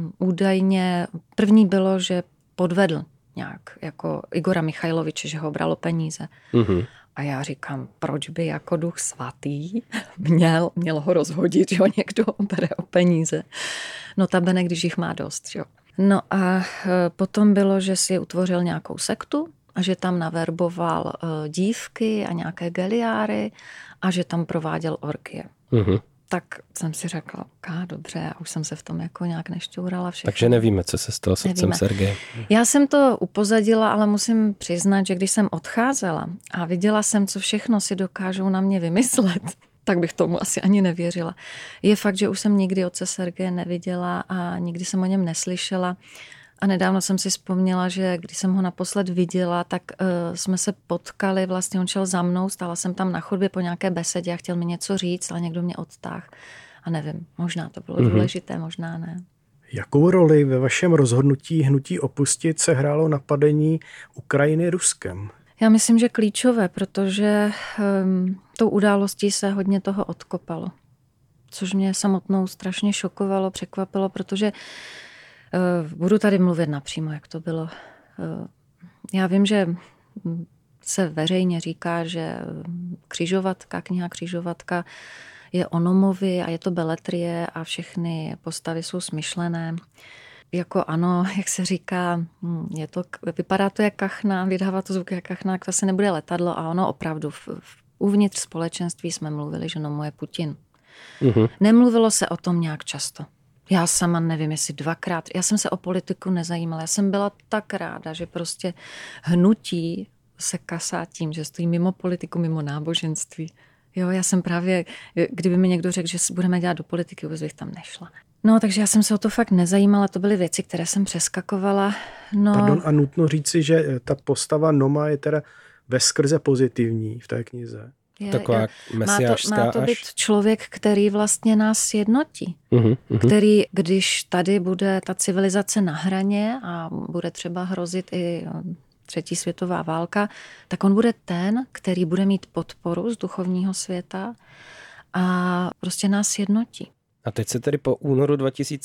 údajně první bylo, že podvedl nějak jako Igora Michajloviče, že ho bralo peníze. Mm-hmm. A já říkám, proč by jako Duch Svatý měl ho rozhodit, že ho někdo bere o peníze. Notabene, když jich má dost. Jo. No a potom bylo, že si utvořil nějakou sektu a že tam naverboval dívky a nějaké Geliáry a že tam prováděl orgie. Mm-hmm. Tak jsem si řekla, dobře, a už jsem se v tom jako nějak nešťourala všechno. Takže nevíme, co se stalo s otcem Sergejem. Já jsem to upozadila, ale musím přiznat, že když jsem odcházela a viděla jsem, co všechno si dokážou na mě vymyslet, tak bych tomu asi ani nevěřila. Je fakt, že už jsem nikdy otce Sergeje neviděla a nikdy jsem o něm neslyšela. A nedávno jsem si vzpomněla, že když jsem ho naposled viděla, tak jsme se potkali, vlastně on šel za mnou, stála jsem tam na chodbě po nějaké besedě a chtěl mi něco říct, ale někdo mě odtáhl. A nevím, možná to bylo důležité, možná ne. Jakou roli ve vašem rozhodnutí hnutí opustit se hrálo napadení Ukrajiny Ruskem? Já myslím, že klíčové, protože tou událostí se hodně toho odkopalo. Což mě samotnou strašně šokovalo, překvapilo, protože budu tady mluvit napřímo, jak to bylo. Já vím, že se veřejně říká, že kniha Křižovatka je o Nomovi a je to beletrie a všechny postavy jsou smyšlené. Jako ano, jak se říká, vypadá to jak kachna, vydává to zvuk jak kachna, to se nebude letadlo a ono opravdu uvnitř společenství jsme mluvili, že Nomo je Putin. Mm-hmm. Nemluvilo se o tom nějak často. Já sama nevím, jestli 2krát. Já jsem se o politiku nezajímala. Já jsem byla tak ráda, že prostě hnutí se kasá tím, že stojí mimo politiku, mimo náboženství. Jo, já jsem právě, kdyby mi někdo řekl, že budeme dělat do politiky, vůbec bych tam nešla. No, takže já jsem se o to fakt nezajímala, to byly věci, které jsem přeskakovala. No. Pardon, a nutno říci, že ta postava Noma je teda veskrze pozitivní v té knize. Taková mesiářská má to být člověk, který vlastně nás jednotí. Který, když tady bude ta civilizace na hraně a bude třeba hrozit i 3. světová válka, tak on bude ten, který bude mít podporu z duchovního světa a prostě nás jednotí. A teď se tedy po únoru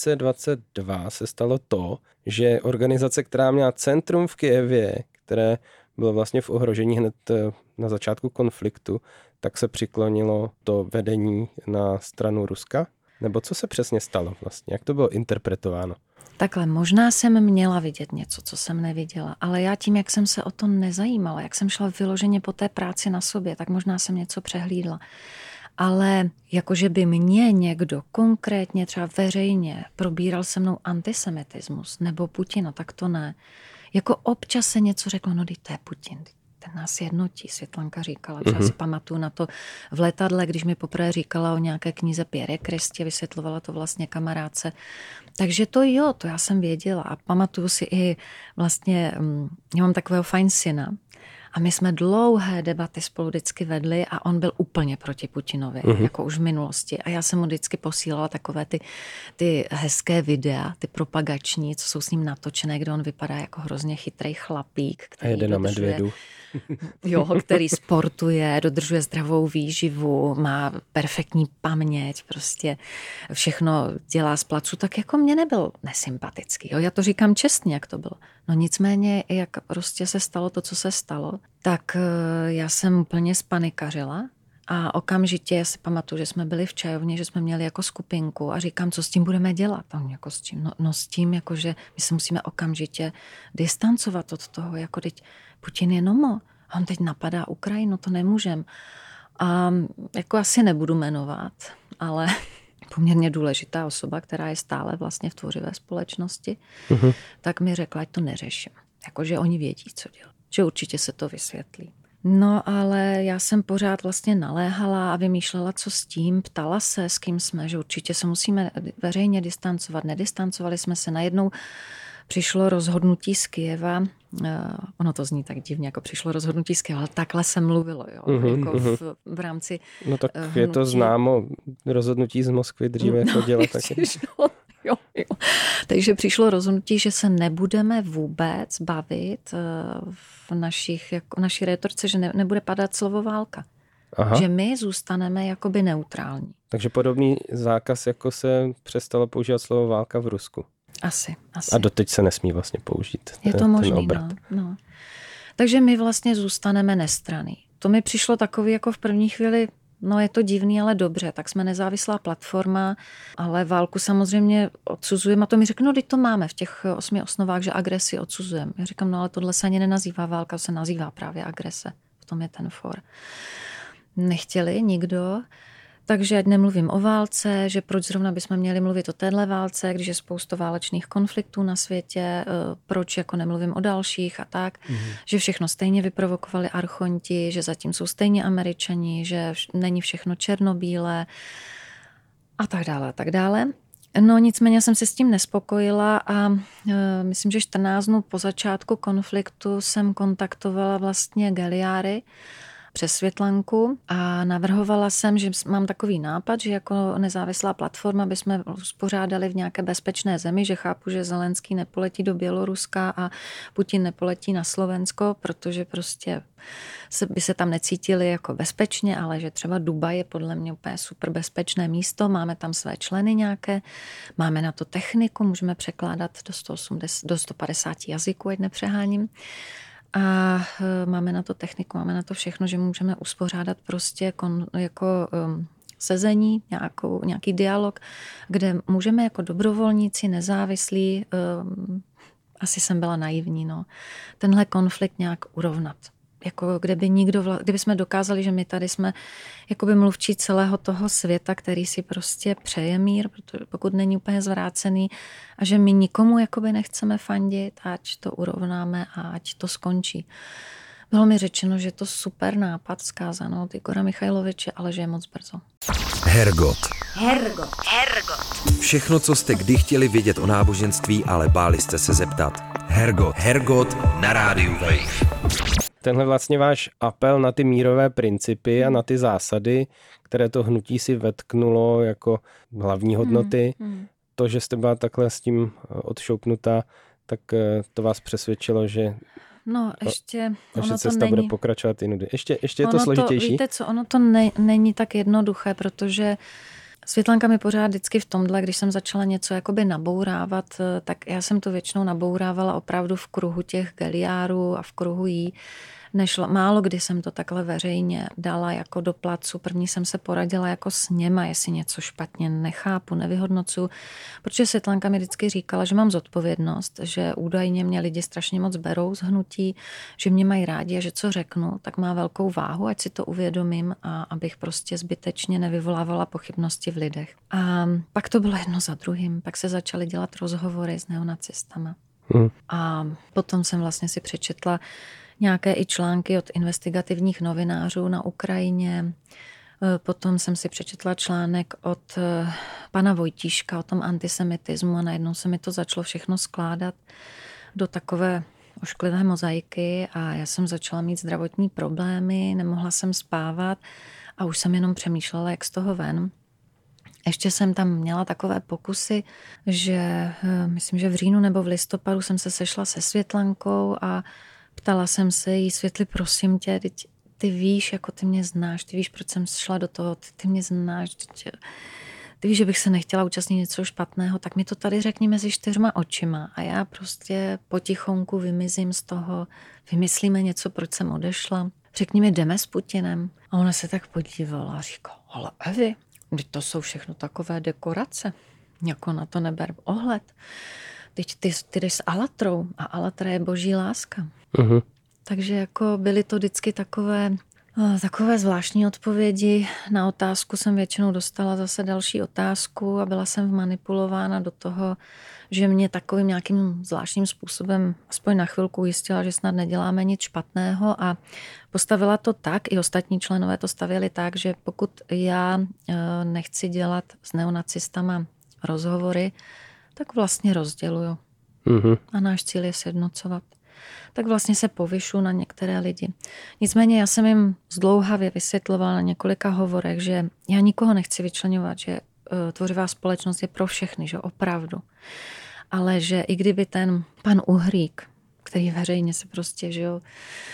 2022 se stalo to, že organizace, která měla centrum v Kyjevě, které bylo vlastně v ohrožení hned na začátku konfliktu, tak se přiklonilo to vedení na stranu Ruska? Nebo co se přesně stalo vlastně? Jak to bylo interpretováno? Takhle, možná jsem měla vidět něco, co jsem neviděla, ale já tím, jak jsem se o to nezajímala, jak jsem šla vyloženě po té práci na sobě, tak možná jsem něco přehlídla. Ale jakože by mě někdo konkrétně třeba veřejně probíral se mnou antisemitismus nebo Putina, tak to ne. Jako občas se něco řeklo, no to je Putin, ten nás jednotí, Světlanka říkala. Třeba si pamatuju na to v letadle, když mi poprvé říkala o nějaké knize Pierre Kristě, vysvětlovala to vlastně kamarádce. Takže to jo, to já jsem věděla a pamatuju si i vlastně, já mám takového fajn syna, a my jsme dlouhé debaty spolu vždycky vedli a on byl úplně proti Putinovi, jako už v minulosti. A já jsem mu vždycky posílala takové ty hezké videa, ty propagační, co jsou s ním natočené, kde on vypadá jako hrozně chytrý chlapík. A jede na medvědu. Jo, který sportuje, dodržuje zdravou výživu, má perfektní paměť, prostě všechno dělá z placu, tak jako mě nebyl nesympatický. Jo, já to říkám čestně, jak to bylo. No nicméně, jak prostě se stalo to, co se stalo, tak já jsem úplně spanikařila a okamžitě, já si pamatuju, že jsme byli v čajovně, že jsme měli jako skupinku a říkám, co s tím budeme dělat. A on jako s tím, no s tím, jako že my se musíme okamžitě distancovat od toho, jako teď Putin je Nomo, a on teď napadá Ukrajinu, to nemůžem. A jako asi nebudu jmenovat, ale poměrně důležitá osoba, která je stále vlastně v tvořivé společnosti, tak mi řekla, ať to neřeším. Jakože oni vědí, co dělat. Že určitě se to vysvětlí. No ale já jsem pořád vlastně naléhala a vymýšlela, co s tím, ptala se, s kým jsme, že určitě se musíme veřejně distancovat. Nedistancovali jsme se, najednou přišlo rozhodnutí z Kyjeva, ono to zní tak divně, jako přišlo rozhodnutí z Kyjeva, ale takhle se mluvilo, jo, jako v rámci no tak hnutí. Je to známo, rozhodnutí z Moskvy dříve chodilo taky. Jo. Takže přišlo rozhodnutí, že se nebudeme vůbec bavit v naší rétorce, že nebude padat slovo válka. Aha. Že my zůstaneme jakoby neutrální. Takže podobný zákaz, jako se přestalo používat slovo válka v Rusku. Asi. A doteď se nesmí vlastně použít je to možný, no. Takže my vlastně zůstaneme nestranný. To mi přišlo takový jako v první chvíli, no je to divný, ale dobře, tak jsme nezávislá platforma, ale válku samozřejmě odsuzujeme. A to mi řekl, no teď to máme v těch 8 osnovách, že agresi odsuzujeme. Já říkám, no ale tohle se ani nenazývá válka, to se nazývá právě agrese. V tom je ten for. Nechtěli nikdo. Takže ať nemluvím o válce, že proč zrovna bychom měli mluvit o téhle válce, když je spousta válečných konfliktů na světě, proč jako nemluvím o dalších a tak, že všechno stejně vyprovokovali archonti, že zatím jsou stejně Američani, že není všechno černobílé a tak dále, a tak dále. No nicméně jsem se s tím nespokojila a myslím, že 14 dnů po začátku konfliktu jsem kontaktovala vlastně Geliáry přes Světlanku a navrhovala jsem, že mám takový nápad, že jako nezávislá platforma bychom uspořádali v nějaké bezpečné zemi, že chápu, že Zelenský nepoletí do Běloruska a Putin nepoletí na Slovensko, protože prostě by se tam necítili jako bezpečně, ale že třeba Dubaj je podle mě úplně super bezpečné místo, máme tam své členy nějaké, máme na to techniku, můžeme překládat do 150 jazyků, ať nepřeháním. A máme na to techniku, máme na to všechno, že můžeme uspořádat prostě sezení, nějaký dialog, kde můžeme jako dobrovolníci, nezávislí, asi jsem byla naivní, no, tenhle konflikt nějak urovnat. Jako kdyby jsme dokázali, že my tady jsme jakoby mluvčí celého toho světa, který si prostě přeje mír, protože pokud není úplně zvrácený a že my nikomu jakoby nechceme fandit, ať to urovnáme a ať to skončí. Bylo mi řečeno, že je to super nápad vzkázanou od Igora Michajloviče, ale že je moc brzo. Hergot. Všechno, co jste kdy chtěli vědět o náboženství, ale báli jste se zeptat. Hergot na rádiu Wave. Tenhle vlastně váš apel na ty mírové principy a na ty zásady, které to hnutí si vetknulo jako hlavní hodnoty, to, že jste byla takhle s tím odšoupnutá, tak to vás přesvědčilo, že ještě naše cesta bude pokračovat jinudy. Ještě je to složitější? Víte co, ono to není tak jednoduché, protože Světlanka mi pořád vždycky v tomhle, když jsem začala něco jakoby nabourávat, tak já jsem to většinou nabourávala opravdu v kruhu těch geliárů a v kruhu jí. Málo kdy jsem to takhle veřejně dala jako do placu. První jsem se poradila jako s něma, jestli něco špatně nechápu, nevyhodnocuju, protože Světlanka mi vždycky říkala, že mám zodpovědnost, že údajně mě lidi strašně moc berou z hnutí, že mě mají rádi a že co řeknu, tak má velkou váhu, ať si to uvědomím a abych prostě zbytečně nevyvolávala pochybnosti v lidech. A pak to bylo jedno za druhým, pak se začaly dělat rozhovory s neonacistama. A potom jsem vlastně si přečetla nějaké i články od investigativních novinářů na Ukrajině. Potom jsem si přečetla článek od pana Vojtíška o tom antisemitismu a najednou se mi to začalo všechno skládat do takové ošklivé mozaiky a já jsem začala mít zdravotní problémy, nemohla jsem spávat a už jsem jenom přemýšlela, jak z toho ven. Ještě jsem tam měla takové pokusy, že myslím, že v říjnu nebo v listopadu jsem se sešla se Světlankou a ptala jsem se jí, Světli, prosím tě, ty víš, jako ty mě znáš, ty víš, proč jsem šla do toho, ty mě znáš, ty víš, že bych se nechtěla účastnit něco špatného, tak mi to tady řekni mezi 4 očima a já prostě potichonku vymizím z toho, vymyslíme něco, proč jsem odešla, řekni mi, jdeme s Putinem. A ona se tak podívala a říká, ale Evi, to jsou všechno takové dekorace, jako na to neber ohled. Teď ty jdeš s Alatrou a Alatra je boží láska. Uh-huh. Takže jako byly to vždycky takové zvláštní odpovědi. Na otázku jsem většinou dostala zase další otázku a byla jsem vmanipulována do toho, že mě takovým nějakým zvláštním způsobem aspoň na chvilku ujistila, že snad neděláme nic špatného a postavila to tak, i ostatní členové to stavěli tak, že pokud já nechci dělat s neonacistama rozhovory, tak vlastně rozděluju. Mm-hmm. A náš cíl je sjednocovat. Tak vlastně se povyšu na některé lidi. Nicméně já jsem jim zdlouhavě vysvětlovala na několika hovorech, že já nikoho nechci vyčleňovat, že tvořivá společnost je pro všechny, že opravdu. Ale že i kdyby ten pan Uhrík, který veřejně se prostě, že jo,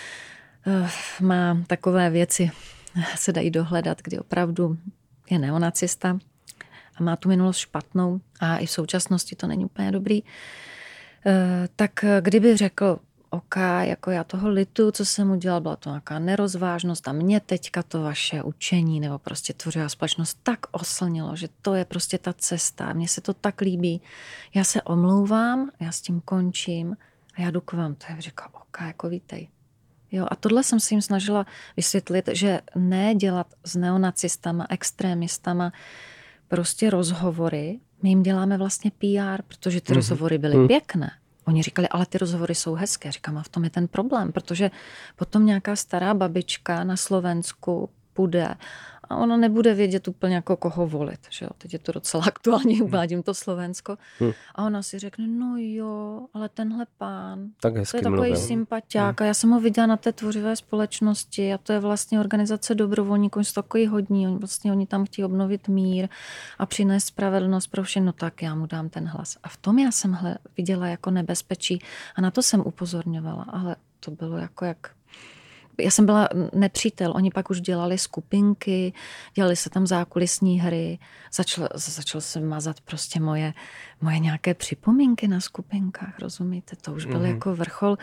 má takové věci, se dají dohledat, kdy opravdu je neonacista a má tu minulost špatnou a i v současnosti to není úplně dobrý, tak kdyby řekl, OK, jako já toho litu, co jsem udělal, byla to nějaká nerozvážnost a mě teďka to vaše učení nebo prostě tvořivá společnost tak oslnilo, že to je prostě ta cesta, mně se to tak líbí. Já se omlouvám, já s tím končím a já jdu k vám. To je říká, OK, jako vítej. Jo, a tohle jsem si jim snažila vysvětlit, že ne dělat s neonacistama, extrémistama prostě rozhovory. My jim děláme vlastně PR, protože ty rozhovory byly pěkné. Oni říkali, ale ty rozhovory jsou hezké. Říkám, a v tom je ten problém, protože potom nějaká stará babička na Slovensku půjde a ona nebude vědět úplně jako koho volit. Že jo? Teď je to docela aktuální, uvádím to Slovensko. A ona si řekne, no jo, ale tenhle pán, tak to je takový sympatiák a já jsem ho viděla na té tvořivé společnosti a to je vlastně organizace dobrovolníků, oni jsou takový hodní, oni tam chtějí obnovit mír a přinést spravedlnost pro všechno, tak já mu dám ten hlas. A v tom já jsem viděla jako nebezpečí a na to jsem upozorňovala, ale to bylo jako jak... Já jsem byla nepřítel, oni pak už dělali skupinky, dělali se tam zákulisní hry, začal se mazat prostě moje nějaké připomínky na skupinkách, rozumíte? To už byl jako vrchol.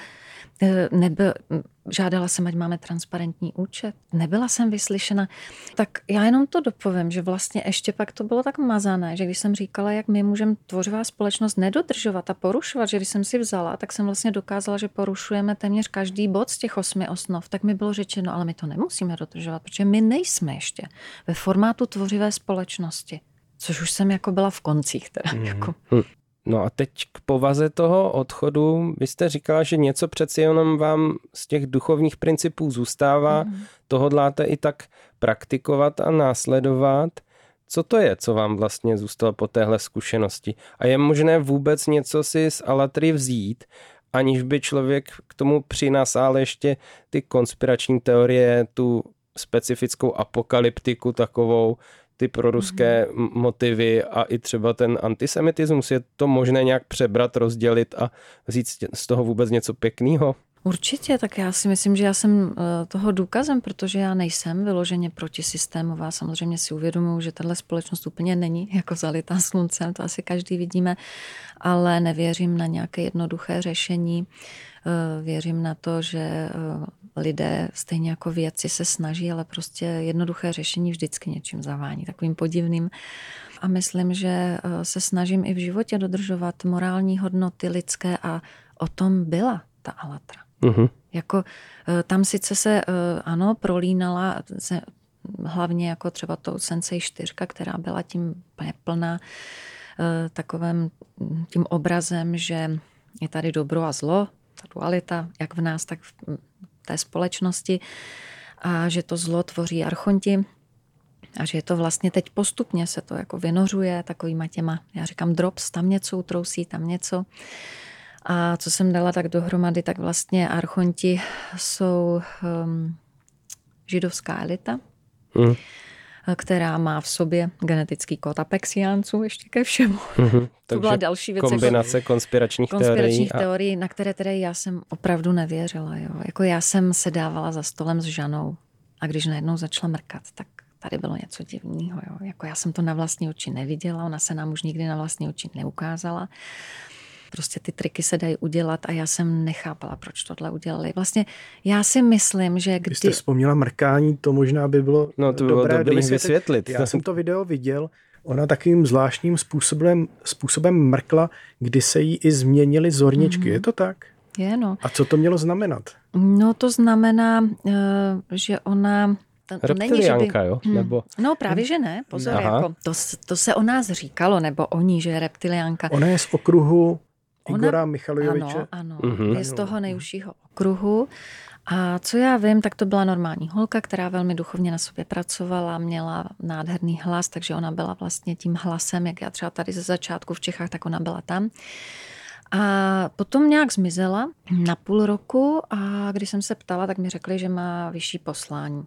Žádala jsem, ať máme transparentní účet. Nebyla jsem vyslyšena. Tak já jenom to dopovím, že vlastně ještě pak to bylo tak mazané, že když jsem říkala, jak my můžeme tvořivá společnost nedodržovat a porušovat, že když jsem si vzala, tak jsem vlastně dokázala, že porušujeme téměř každý bod z těch 8 osnov. Tak mi bylo řečeno, ale my to nemusíme dodržovat, protože my nejsme ještě ve formátu tvořivé společnosti. Což už jsem jako byla v koncích. Teda, jako. No a teď k povaze toho odchodu. Vy jste říkala, že něco přeci jenom vám z těch duchovních principů zůstává. To hodláte i tak praktikovat a následovat. Co to je, co vám vlastně zůstalo po téhle zkušenosti? A je možné vůbec něco si z Alatry vzít, aniž by člověk k tomu přinasál ještě ty konspirační teorie, tu specifickou apokalyptiku takovou, ty proruské motivy a i třeba ten antisemitismus? Je to možné nějak přebrat, rozdělit a říct z toho vůbec něco pěkného? Určitě, tak já si myslím, že já jsem toho důkazem, protože já nejsem vyloženě protisystémová. Samozřejmě si uvědomuji, že tahle společnost úplně není jako zalitá sluncem, to asi každý vidíme, ale nevěřím na nějaké jednoduché řešení. Věřím na to, že lidé stejně jako vědci se snaží, ale prostě jednoduché řešení vždycky něčím zavání, takovým podivným. A myslím, že se snažím i v životě dodržovat morální hodnoty lidské a o tom byla ta Alatra. Jako tam sice se, ano, prolínala se, hlavně jako třeba tou Sensei 4, která byla tím plná takovým tím obrazem, že je tady dobro a zlo, ta dualita, jak v nás, tak v té společnosti, a že to zlo tvoří archonti a že je to vlastně teď postupně se to jako vynořuje takovýma těma, já říkám drops, tam něco utrousí, tam něco. A co jsem dala tak dohromady, tak vlastně archonti jsou židovská elita, která má v sobě genetický kód apexiánců ještě ke všemu. To byla další věc. Kombinace jako konspiračních teorií, na které já jsem opravdu nevěřila. Jo. Jako já jsem se dávala za stolem s Žanou a když najednou začala mrkat, tak tady bylo něco divného. Jo. Jako já jsem to na vlastní oči neviděla, ona se nám už nikdy na vlastní oči neukázala. Prostě ty triky se dají udělat a já jsem nechápala, proč tohle udělali. Vlastně já si myslím, že Vy jste vzpomněla mrkání, to možná by bylo dobrý vysvětlit. Já jsem to video viděl, ona takovým zvláštním způsobem mrkla, kdy se jí i změnily zorničky. Je to tak? Je, no. A co to mělo znamenat? No to znamená, že ona... Reptiliánka, jo? Nebo... No právě, že ne. Pozor, jako, to se o nás říkalo, nebo o ní, že je reptiliánka. Ona je z okruhu Igora Michalojoviče. Ano, je z toho nejužšího okruhu. A co já vím, tak to byla normální holka, která velmi duchovně na sobě pracovala, měla nádherný hlas, takže ona byla vlastně tím hlasem, jak já třeba tady ze začátku v Čechách, tak ona byla tam. A potom nějak zmizela na půl roku a když jsem se ptala, tak mi řekli, že má vyšší poslání.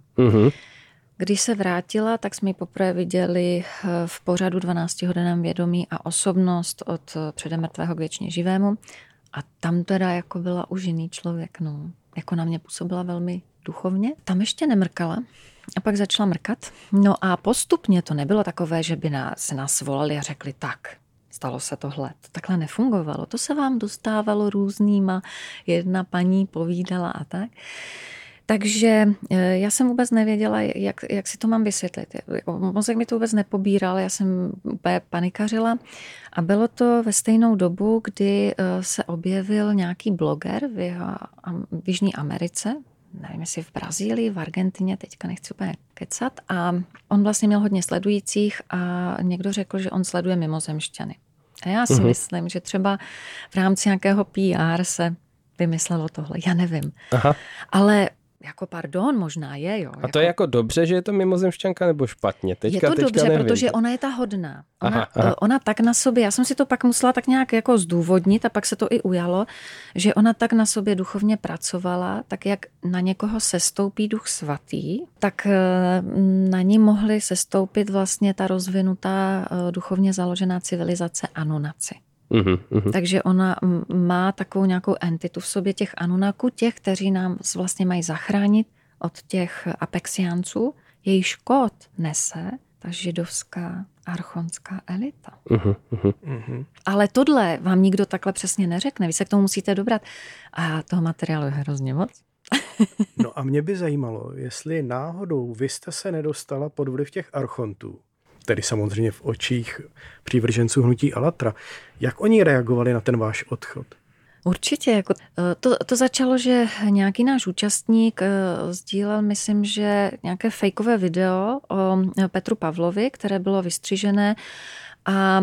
Když se vrátila, tak jsme ji poprvé viděli v pořadu 12 hodinám vědomí a osobnost od předemrtvého k věčně živému. A tam teda jako byla už jiný člověk, no. Jako na mě působila velmi duchovně. Tam ještě nemrkala a pak začala mrkat. No a postupně to nebylo takové, že by se nás volali a řekli tak. Stalo se tohle. To takhle nefungovalo. To se vám dostávalo různýma. Jedna paní povídala a tak. Takže já jsem vůbec nevěděla, jak si to mám vysvětlit. Mozek mi to vůbec nepobíral, já jsem úplně panikařila. A bylo to ve stejnou dobu, kdy se objevil nějaký bloger v Jižní Americe, nevím, jestli v Brazílii, v Argentině, teďka nechci úplně kecat. A on vlastně měl hodně sledujících a někdo řekl, že on sleduje mimozemšťany. A já si myslím, že třeba v rámci nějakého PR se vymyslelo tohle. Já nevím. Aha. Ale jako pardon, možná je, jo. A to je jako dobře, že je to mimozemšťanka, nebo špatně? Teďka dobře, nevím. Protože ona je ta hodná. Ona tak na sobě, já jsem si to pak musela tak nějak jako zdůvodnit a pak se to i ujalo, že ona tak na sobě duchovně pracovala, tak jak na někoho sestoupí Duch Svatý, tak na ní mohly sestoupit vlastně ta rozvinutá duchovně založená civilizace Anunaci. Takže ona má takovou nějakou entitu v sobě těch Anunnaků, těch, kteří nám vlastně mají zachránit od těch apexiánců. Jejíž kód nese ta židovská archonská elita. Ale tohle vám nikdo takhle přesně neřekne. Vy se k tomu musíte dobrat. A toho materiálu je hrozně moc. No a mě by zajímalo, jestli náhodou vy jste se nedostala pod vliv těch archontů, tedy samozřejmě v očích přívrženců hnutí Alatra. Jak oni reagovali na ten váš odchod? Určitě. Jako to začalo, že nějaký náš účastník sdílel, myslím, že nějaké fejkové video o Petru Pavlovi, které bylo vystřižené A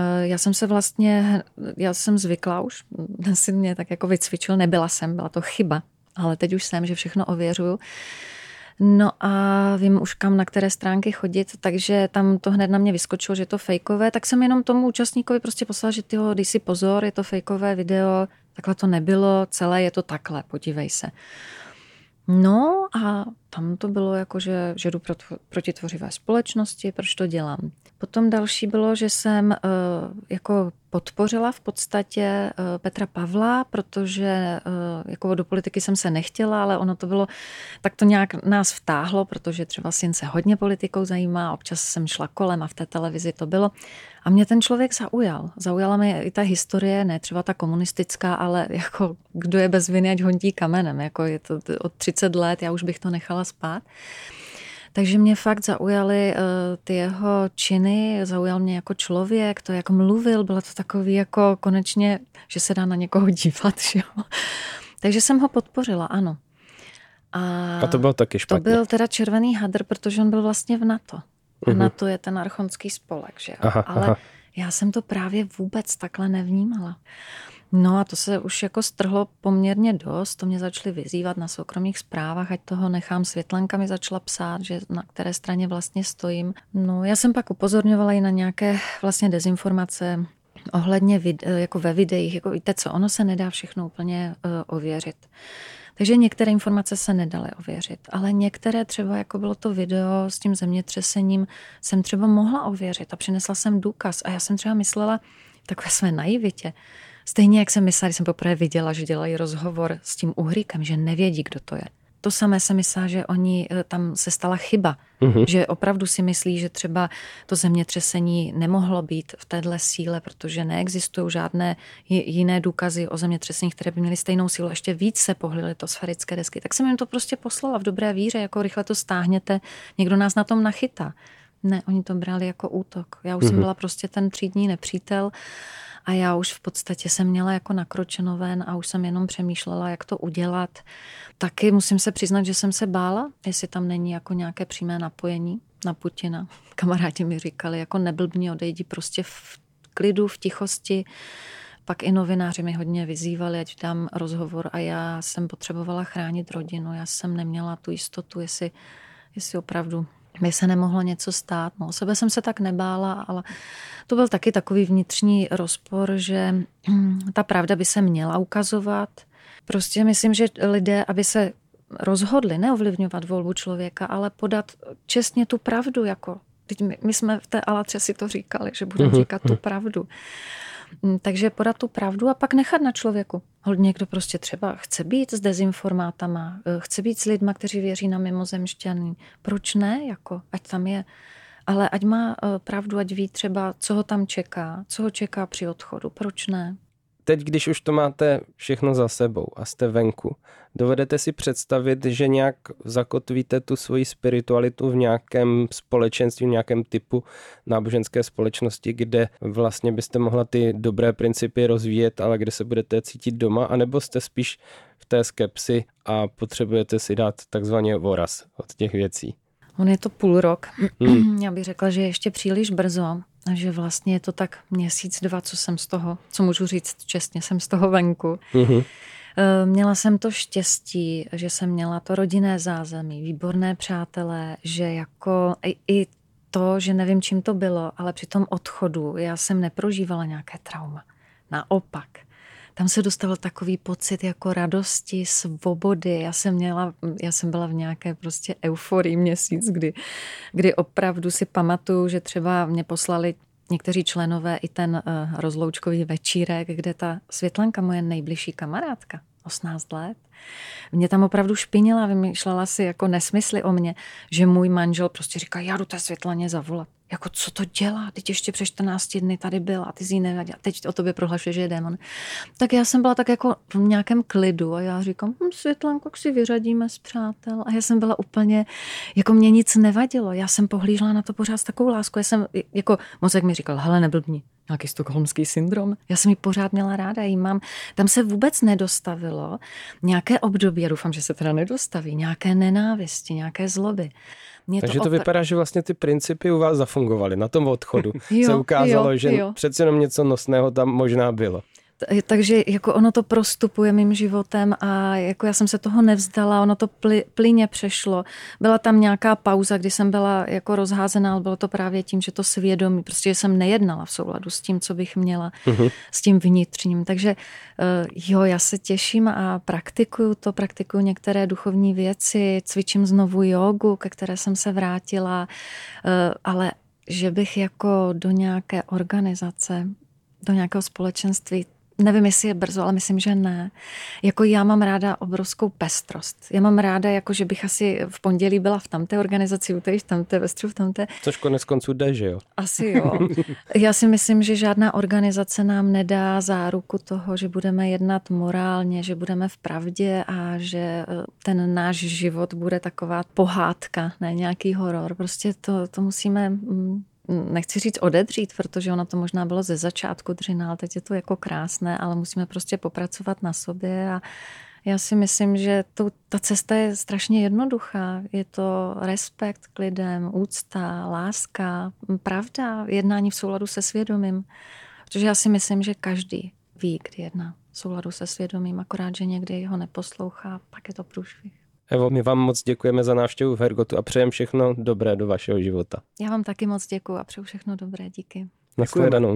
já jsem zvykla už, si mě tak jako vycvičil, nebyla jsem, byla to chyba, ale teď už jsem, že všechno ověřuju. No a vím už kam, na které stránky chodit, takže tam to hned na mě vyskočilo, že je to fejkové, tak jsem jenom tomu účastníkovi prostě poslala, že tyho, dej si pozor, je to fejkové video, takhle to nebylo, celé je to takhle, podívej se. No a tam to bylo jako, že jdu proti tvořivé společnosti, proč to dělám. Potom další bylo, že jsem jako podpořila v podstatě Petra Pavla, protože jako do politiky jsem se nechtěla, ale ono to bylo, tak to nějak nás vtáhlo, protože třeba syn se hodně politikou zajímá, občas jsem šla kolem a v té televizi to bylo. A mě ten člověk zaujal. Zaujala mě i ta historie, ne třeba ta komunistická, ale jako kdo je bez viny, ať hontí kamenem. Jako je to od 30 let, já už bych to nechala spát. Takže mě fakt zaujaly ty jeho činy, zaujal mě jako člověk, to jak mluvil, bylo to takový jako konečně, že se dá na někoho dívat. Že jo? Takže jsem ho podpořila, ano. A to bylo taky špatně. To byl teda červený hadr, protože on byl vlastně v NATO. A NATO je ten archonský spolek, že jo? Ale já jsem to právě vůbec takhle nevnímala. No a to se už jako strhlo poměrně dost, to mě začali vyzývat na soukromých zprávách, ať toho nechám. Světlanka mi začala psát, že na které straně vlastně stojím. No já jsem pak upozorňovala i na nějaké vlastně dezinformace ohledně jako ve videích, jako víte co, ono se nedá všechno úplně ověřit. Takže některé informace se nedaly ověřit, ale některé třeba, jako bylo to video s tím zemětřesením, jsem třeba mohla ověřit a přinesla jsem důkaz a já jsem třeba myslela takové své naivitě. Stejně jak jsem myslela, když jsem poprvé viděla, že dělají rozhovor s tím Uhříkem, že nevědí, kdo to je. To samé jsem myslela, že tam se stala chyba. Že opravdu si myslí, že třeba to zemětřesení nemohlo být v téhle síle, protože neexistují žádné jiné důkazy o zemětřesení, které by měly stejnou sílu. Ještě víc se pohlily to sférické desky. Tak jsem jim to prostě poslala v dobré víře, jako rychle to stáhněte, někdo nás na tom nachytá. Ne, oni to brali jako útok. Já už jsem byla prostě ten třídní nepřítel a já už v podstatě jsem měla jako nakročeno ven a už jsem jenom přemýšlela, jak to udělat. Taky musím se přiznat, že jsem se bála, jestli tam není jako nějaké přímé napojení na Putina. Kamarádi mi říkali, jako neblbni, odejdi prostě v klidu, v tichosti. Pak i novináři mi hodně vyzývali, ať dám rozhovor a já jsem potřebovala chránit rodinu. Já jsem neměla tu jistotu, jestli opravdu by se nemohlo něco stát. No, o sebe jsem se tak nebála, ale to byl taky takový vnitřní rozpor, že ta pravda by se měla ukazovat. Prostě myslím, že lidé, aby se rozhodli neovlivňovat volbu člověka, ale podat čestně tu pravdu. Jako, my jsme v té Alatře si to říkali, že budeme říkat tu pravdu. Takže podat tu pravdu a pak nechat na člověku. Někdo prostě třeba chce být s dezinformátama, chce být s lidma, kteří věří na mimozemšťany. Proč ne? Jako, ať tam je. Ale ať má pravdu, ať ví třeba, co ho tam čeká, co ho čeká při odchodu. Proč ne? Teď, když už to máte všechno za sebou a jste venku, dovedete si představit, že nějak zakotvíte tu svoji spiritualitu v nějakém společenství, v nějakém typu náboženské společnosti, kde vlastně byste mohla ty dobré principy rozvíjet, ale kde se budete cítit doma, anebo jste spíš v té skepsi a potřebujete si dát takzvaně voraz od těch věcí? On je to půl rok. Já bych řekla, že je ještě příliš brzo. A že vlastně je to tak měsíc, 2, co jsem z toho, co můžu říct čestně, jsem z toho venku. Měla jsem to štěstí, že jsem měla to rodinné zázemí, výborné přátelé, že jako i to, že nevím, čím to bylo, ale při tom odchodu já jsem neprožívala nějaké trauma. Naopak. Tam se dostal takový pocit jako radosti, svobody. Já jsem byla v nějaké prostě euforii měsíc, kdy opravdu si pamatuju, že třeba mě poslali někteří členové i ten rozloučkový večírek, kde ta Světlanka, moje nejbližší kamarádka, 18 let, mě tam opravdu špinila, vymýšlela si jako nesmysly o mě, že můj manžel prostě říká, já jdu té Světlaně zavolat. Jako co to dělá? Teď ještě před 14 dny tady byla a ty jsi ji nevadila. Teď o tobě prohlašuje, že je démon. Tak já jsem byla tak jako v nějakém klidu a já říkám, Světlanko, jak si vyřadíme z přátel. A já jsem byla úplně, jako mě nic nevadilo. Já jsem pohlížela na to pořád s takovou láskou. Já jsem, jako mozek mi říkal, hele, neblbni. Nějaký stockholmský syndrom. Já jsem ji pořád měla ráda, jí mám. Tam se vůbec nedostavilo nějaké období, já doufám, že se teda nedostaví, nějaké nenávisti, nějaké zloby. Takže to vypadá, že vlastně ty principy u vás zafungovaly na tom odchodu. Se ukázalo, že přece jenom něco nosného tam možná bylo. Takže jako ono to prostupuje mým životem a jako já jsem se toho nevzdala, ono to plyně přešlo. Byla tam nějaká pauza, kdy jsem byla jako rozházená, ale bylo to právě tím, že to svědomí, prostě jsem nejednala v souladu s tím, co bych měla, s tím vnitřním. Takže já se těším a praktikuju některé duchovní věci, cvičím znovu jogu, ke které jsem se vrátila, ale že bych jako do nějaké organizace, do nějakého společenství, nevím, jestli je brzo, ale myslím, že ne. Jako já mám ráda obrovskou pestrost. Já mám ráda, jako že bych asi v pondělí byla v tamté organizaci, úterý v tamté, ve středu v tamté. Což konec konců jde, že jo? Asi jo. Já si myslím, že žádná organizace nám nedá záruku toho, že budeme jednat morálně, že budeme v pravdě a že ten náš život bude taková pohádka, ne nějaký horor. Prostě to musíme... Nechci říct odedřít, protože ono to možná bylo ze začátku dřina, ale teď je to jako krásné, ale musíme prostě popracovat na sobě a já si myslím, že ta cesta je strašně jednoduchá. Je to respekt k lidem, úcta, láska, pravda, jednání v souladu se svědomím. Protože já si myslím, že každý ví, kdy jedná v souladu se svědomím, akorát, že někdy ho neposlouchá, pak je to průšvih. Evo, my vám moc děkujeme za návštěvu v Hergotu a přejeme všechno dobré do vašeho života. Já vám taky moc děkuju a přeju všechno dobré, díky. Nashledanou.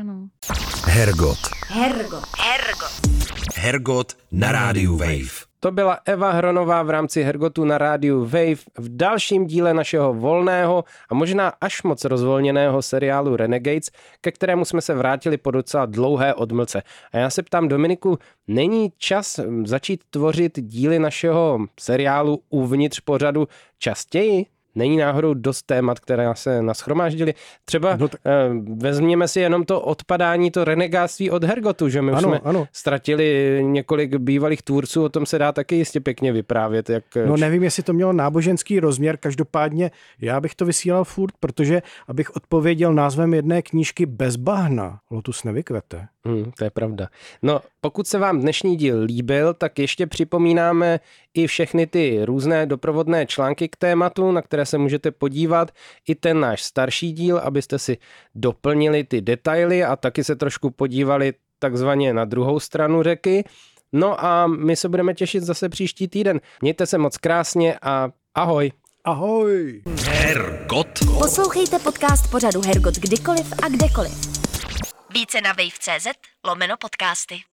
Hergot na rádiu Wave. To byla Eva Hronová v rámci Hergotu na rádiu Wave v dalším díle našeho volného a možná až moc rozvolněného seriálu Renegades, ke kterému jsme se vrátili po docela dlouhé odmlce. A já se ptám, Dominiku, není čas začít tvořit díly našeho seriálu uvnitř pořadu častěji? Není náhodou dost témat, které se nashromáždily? Třeba vezměme si jenom to odpadání, to renegáctví od Hergotu, že my už jsme ztratili několik bývalých tvůrců, o tom se dá taky jistě pěkně vyprávět. Nevím, jestli to mělo náboženský rozměr, každopádně já bych to vysílal furt, protože abych odpověděl názvem jedné knížky Bez bahna lotus nevykvete. To je pravda. No, pokud se vám dnešní díl líbil, tak ještě připomínáme i všechny ty různé doprovodné články k tématu, na které se můžete podívat, i ten náš starší díl, abyste si doplnili ty detaily a taky se trošku podívali takzvaně na druhou stranu řeky. No a my se budeme těšit zase příští týden. Mějte se moc krásně a ahoj. Ahoj. Hergot. Poslouchejte podcast pořadu Hergot kdykoliv a kdekoliv. Více na wave.cz/podcasty.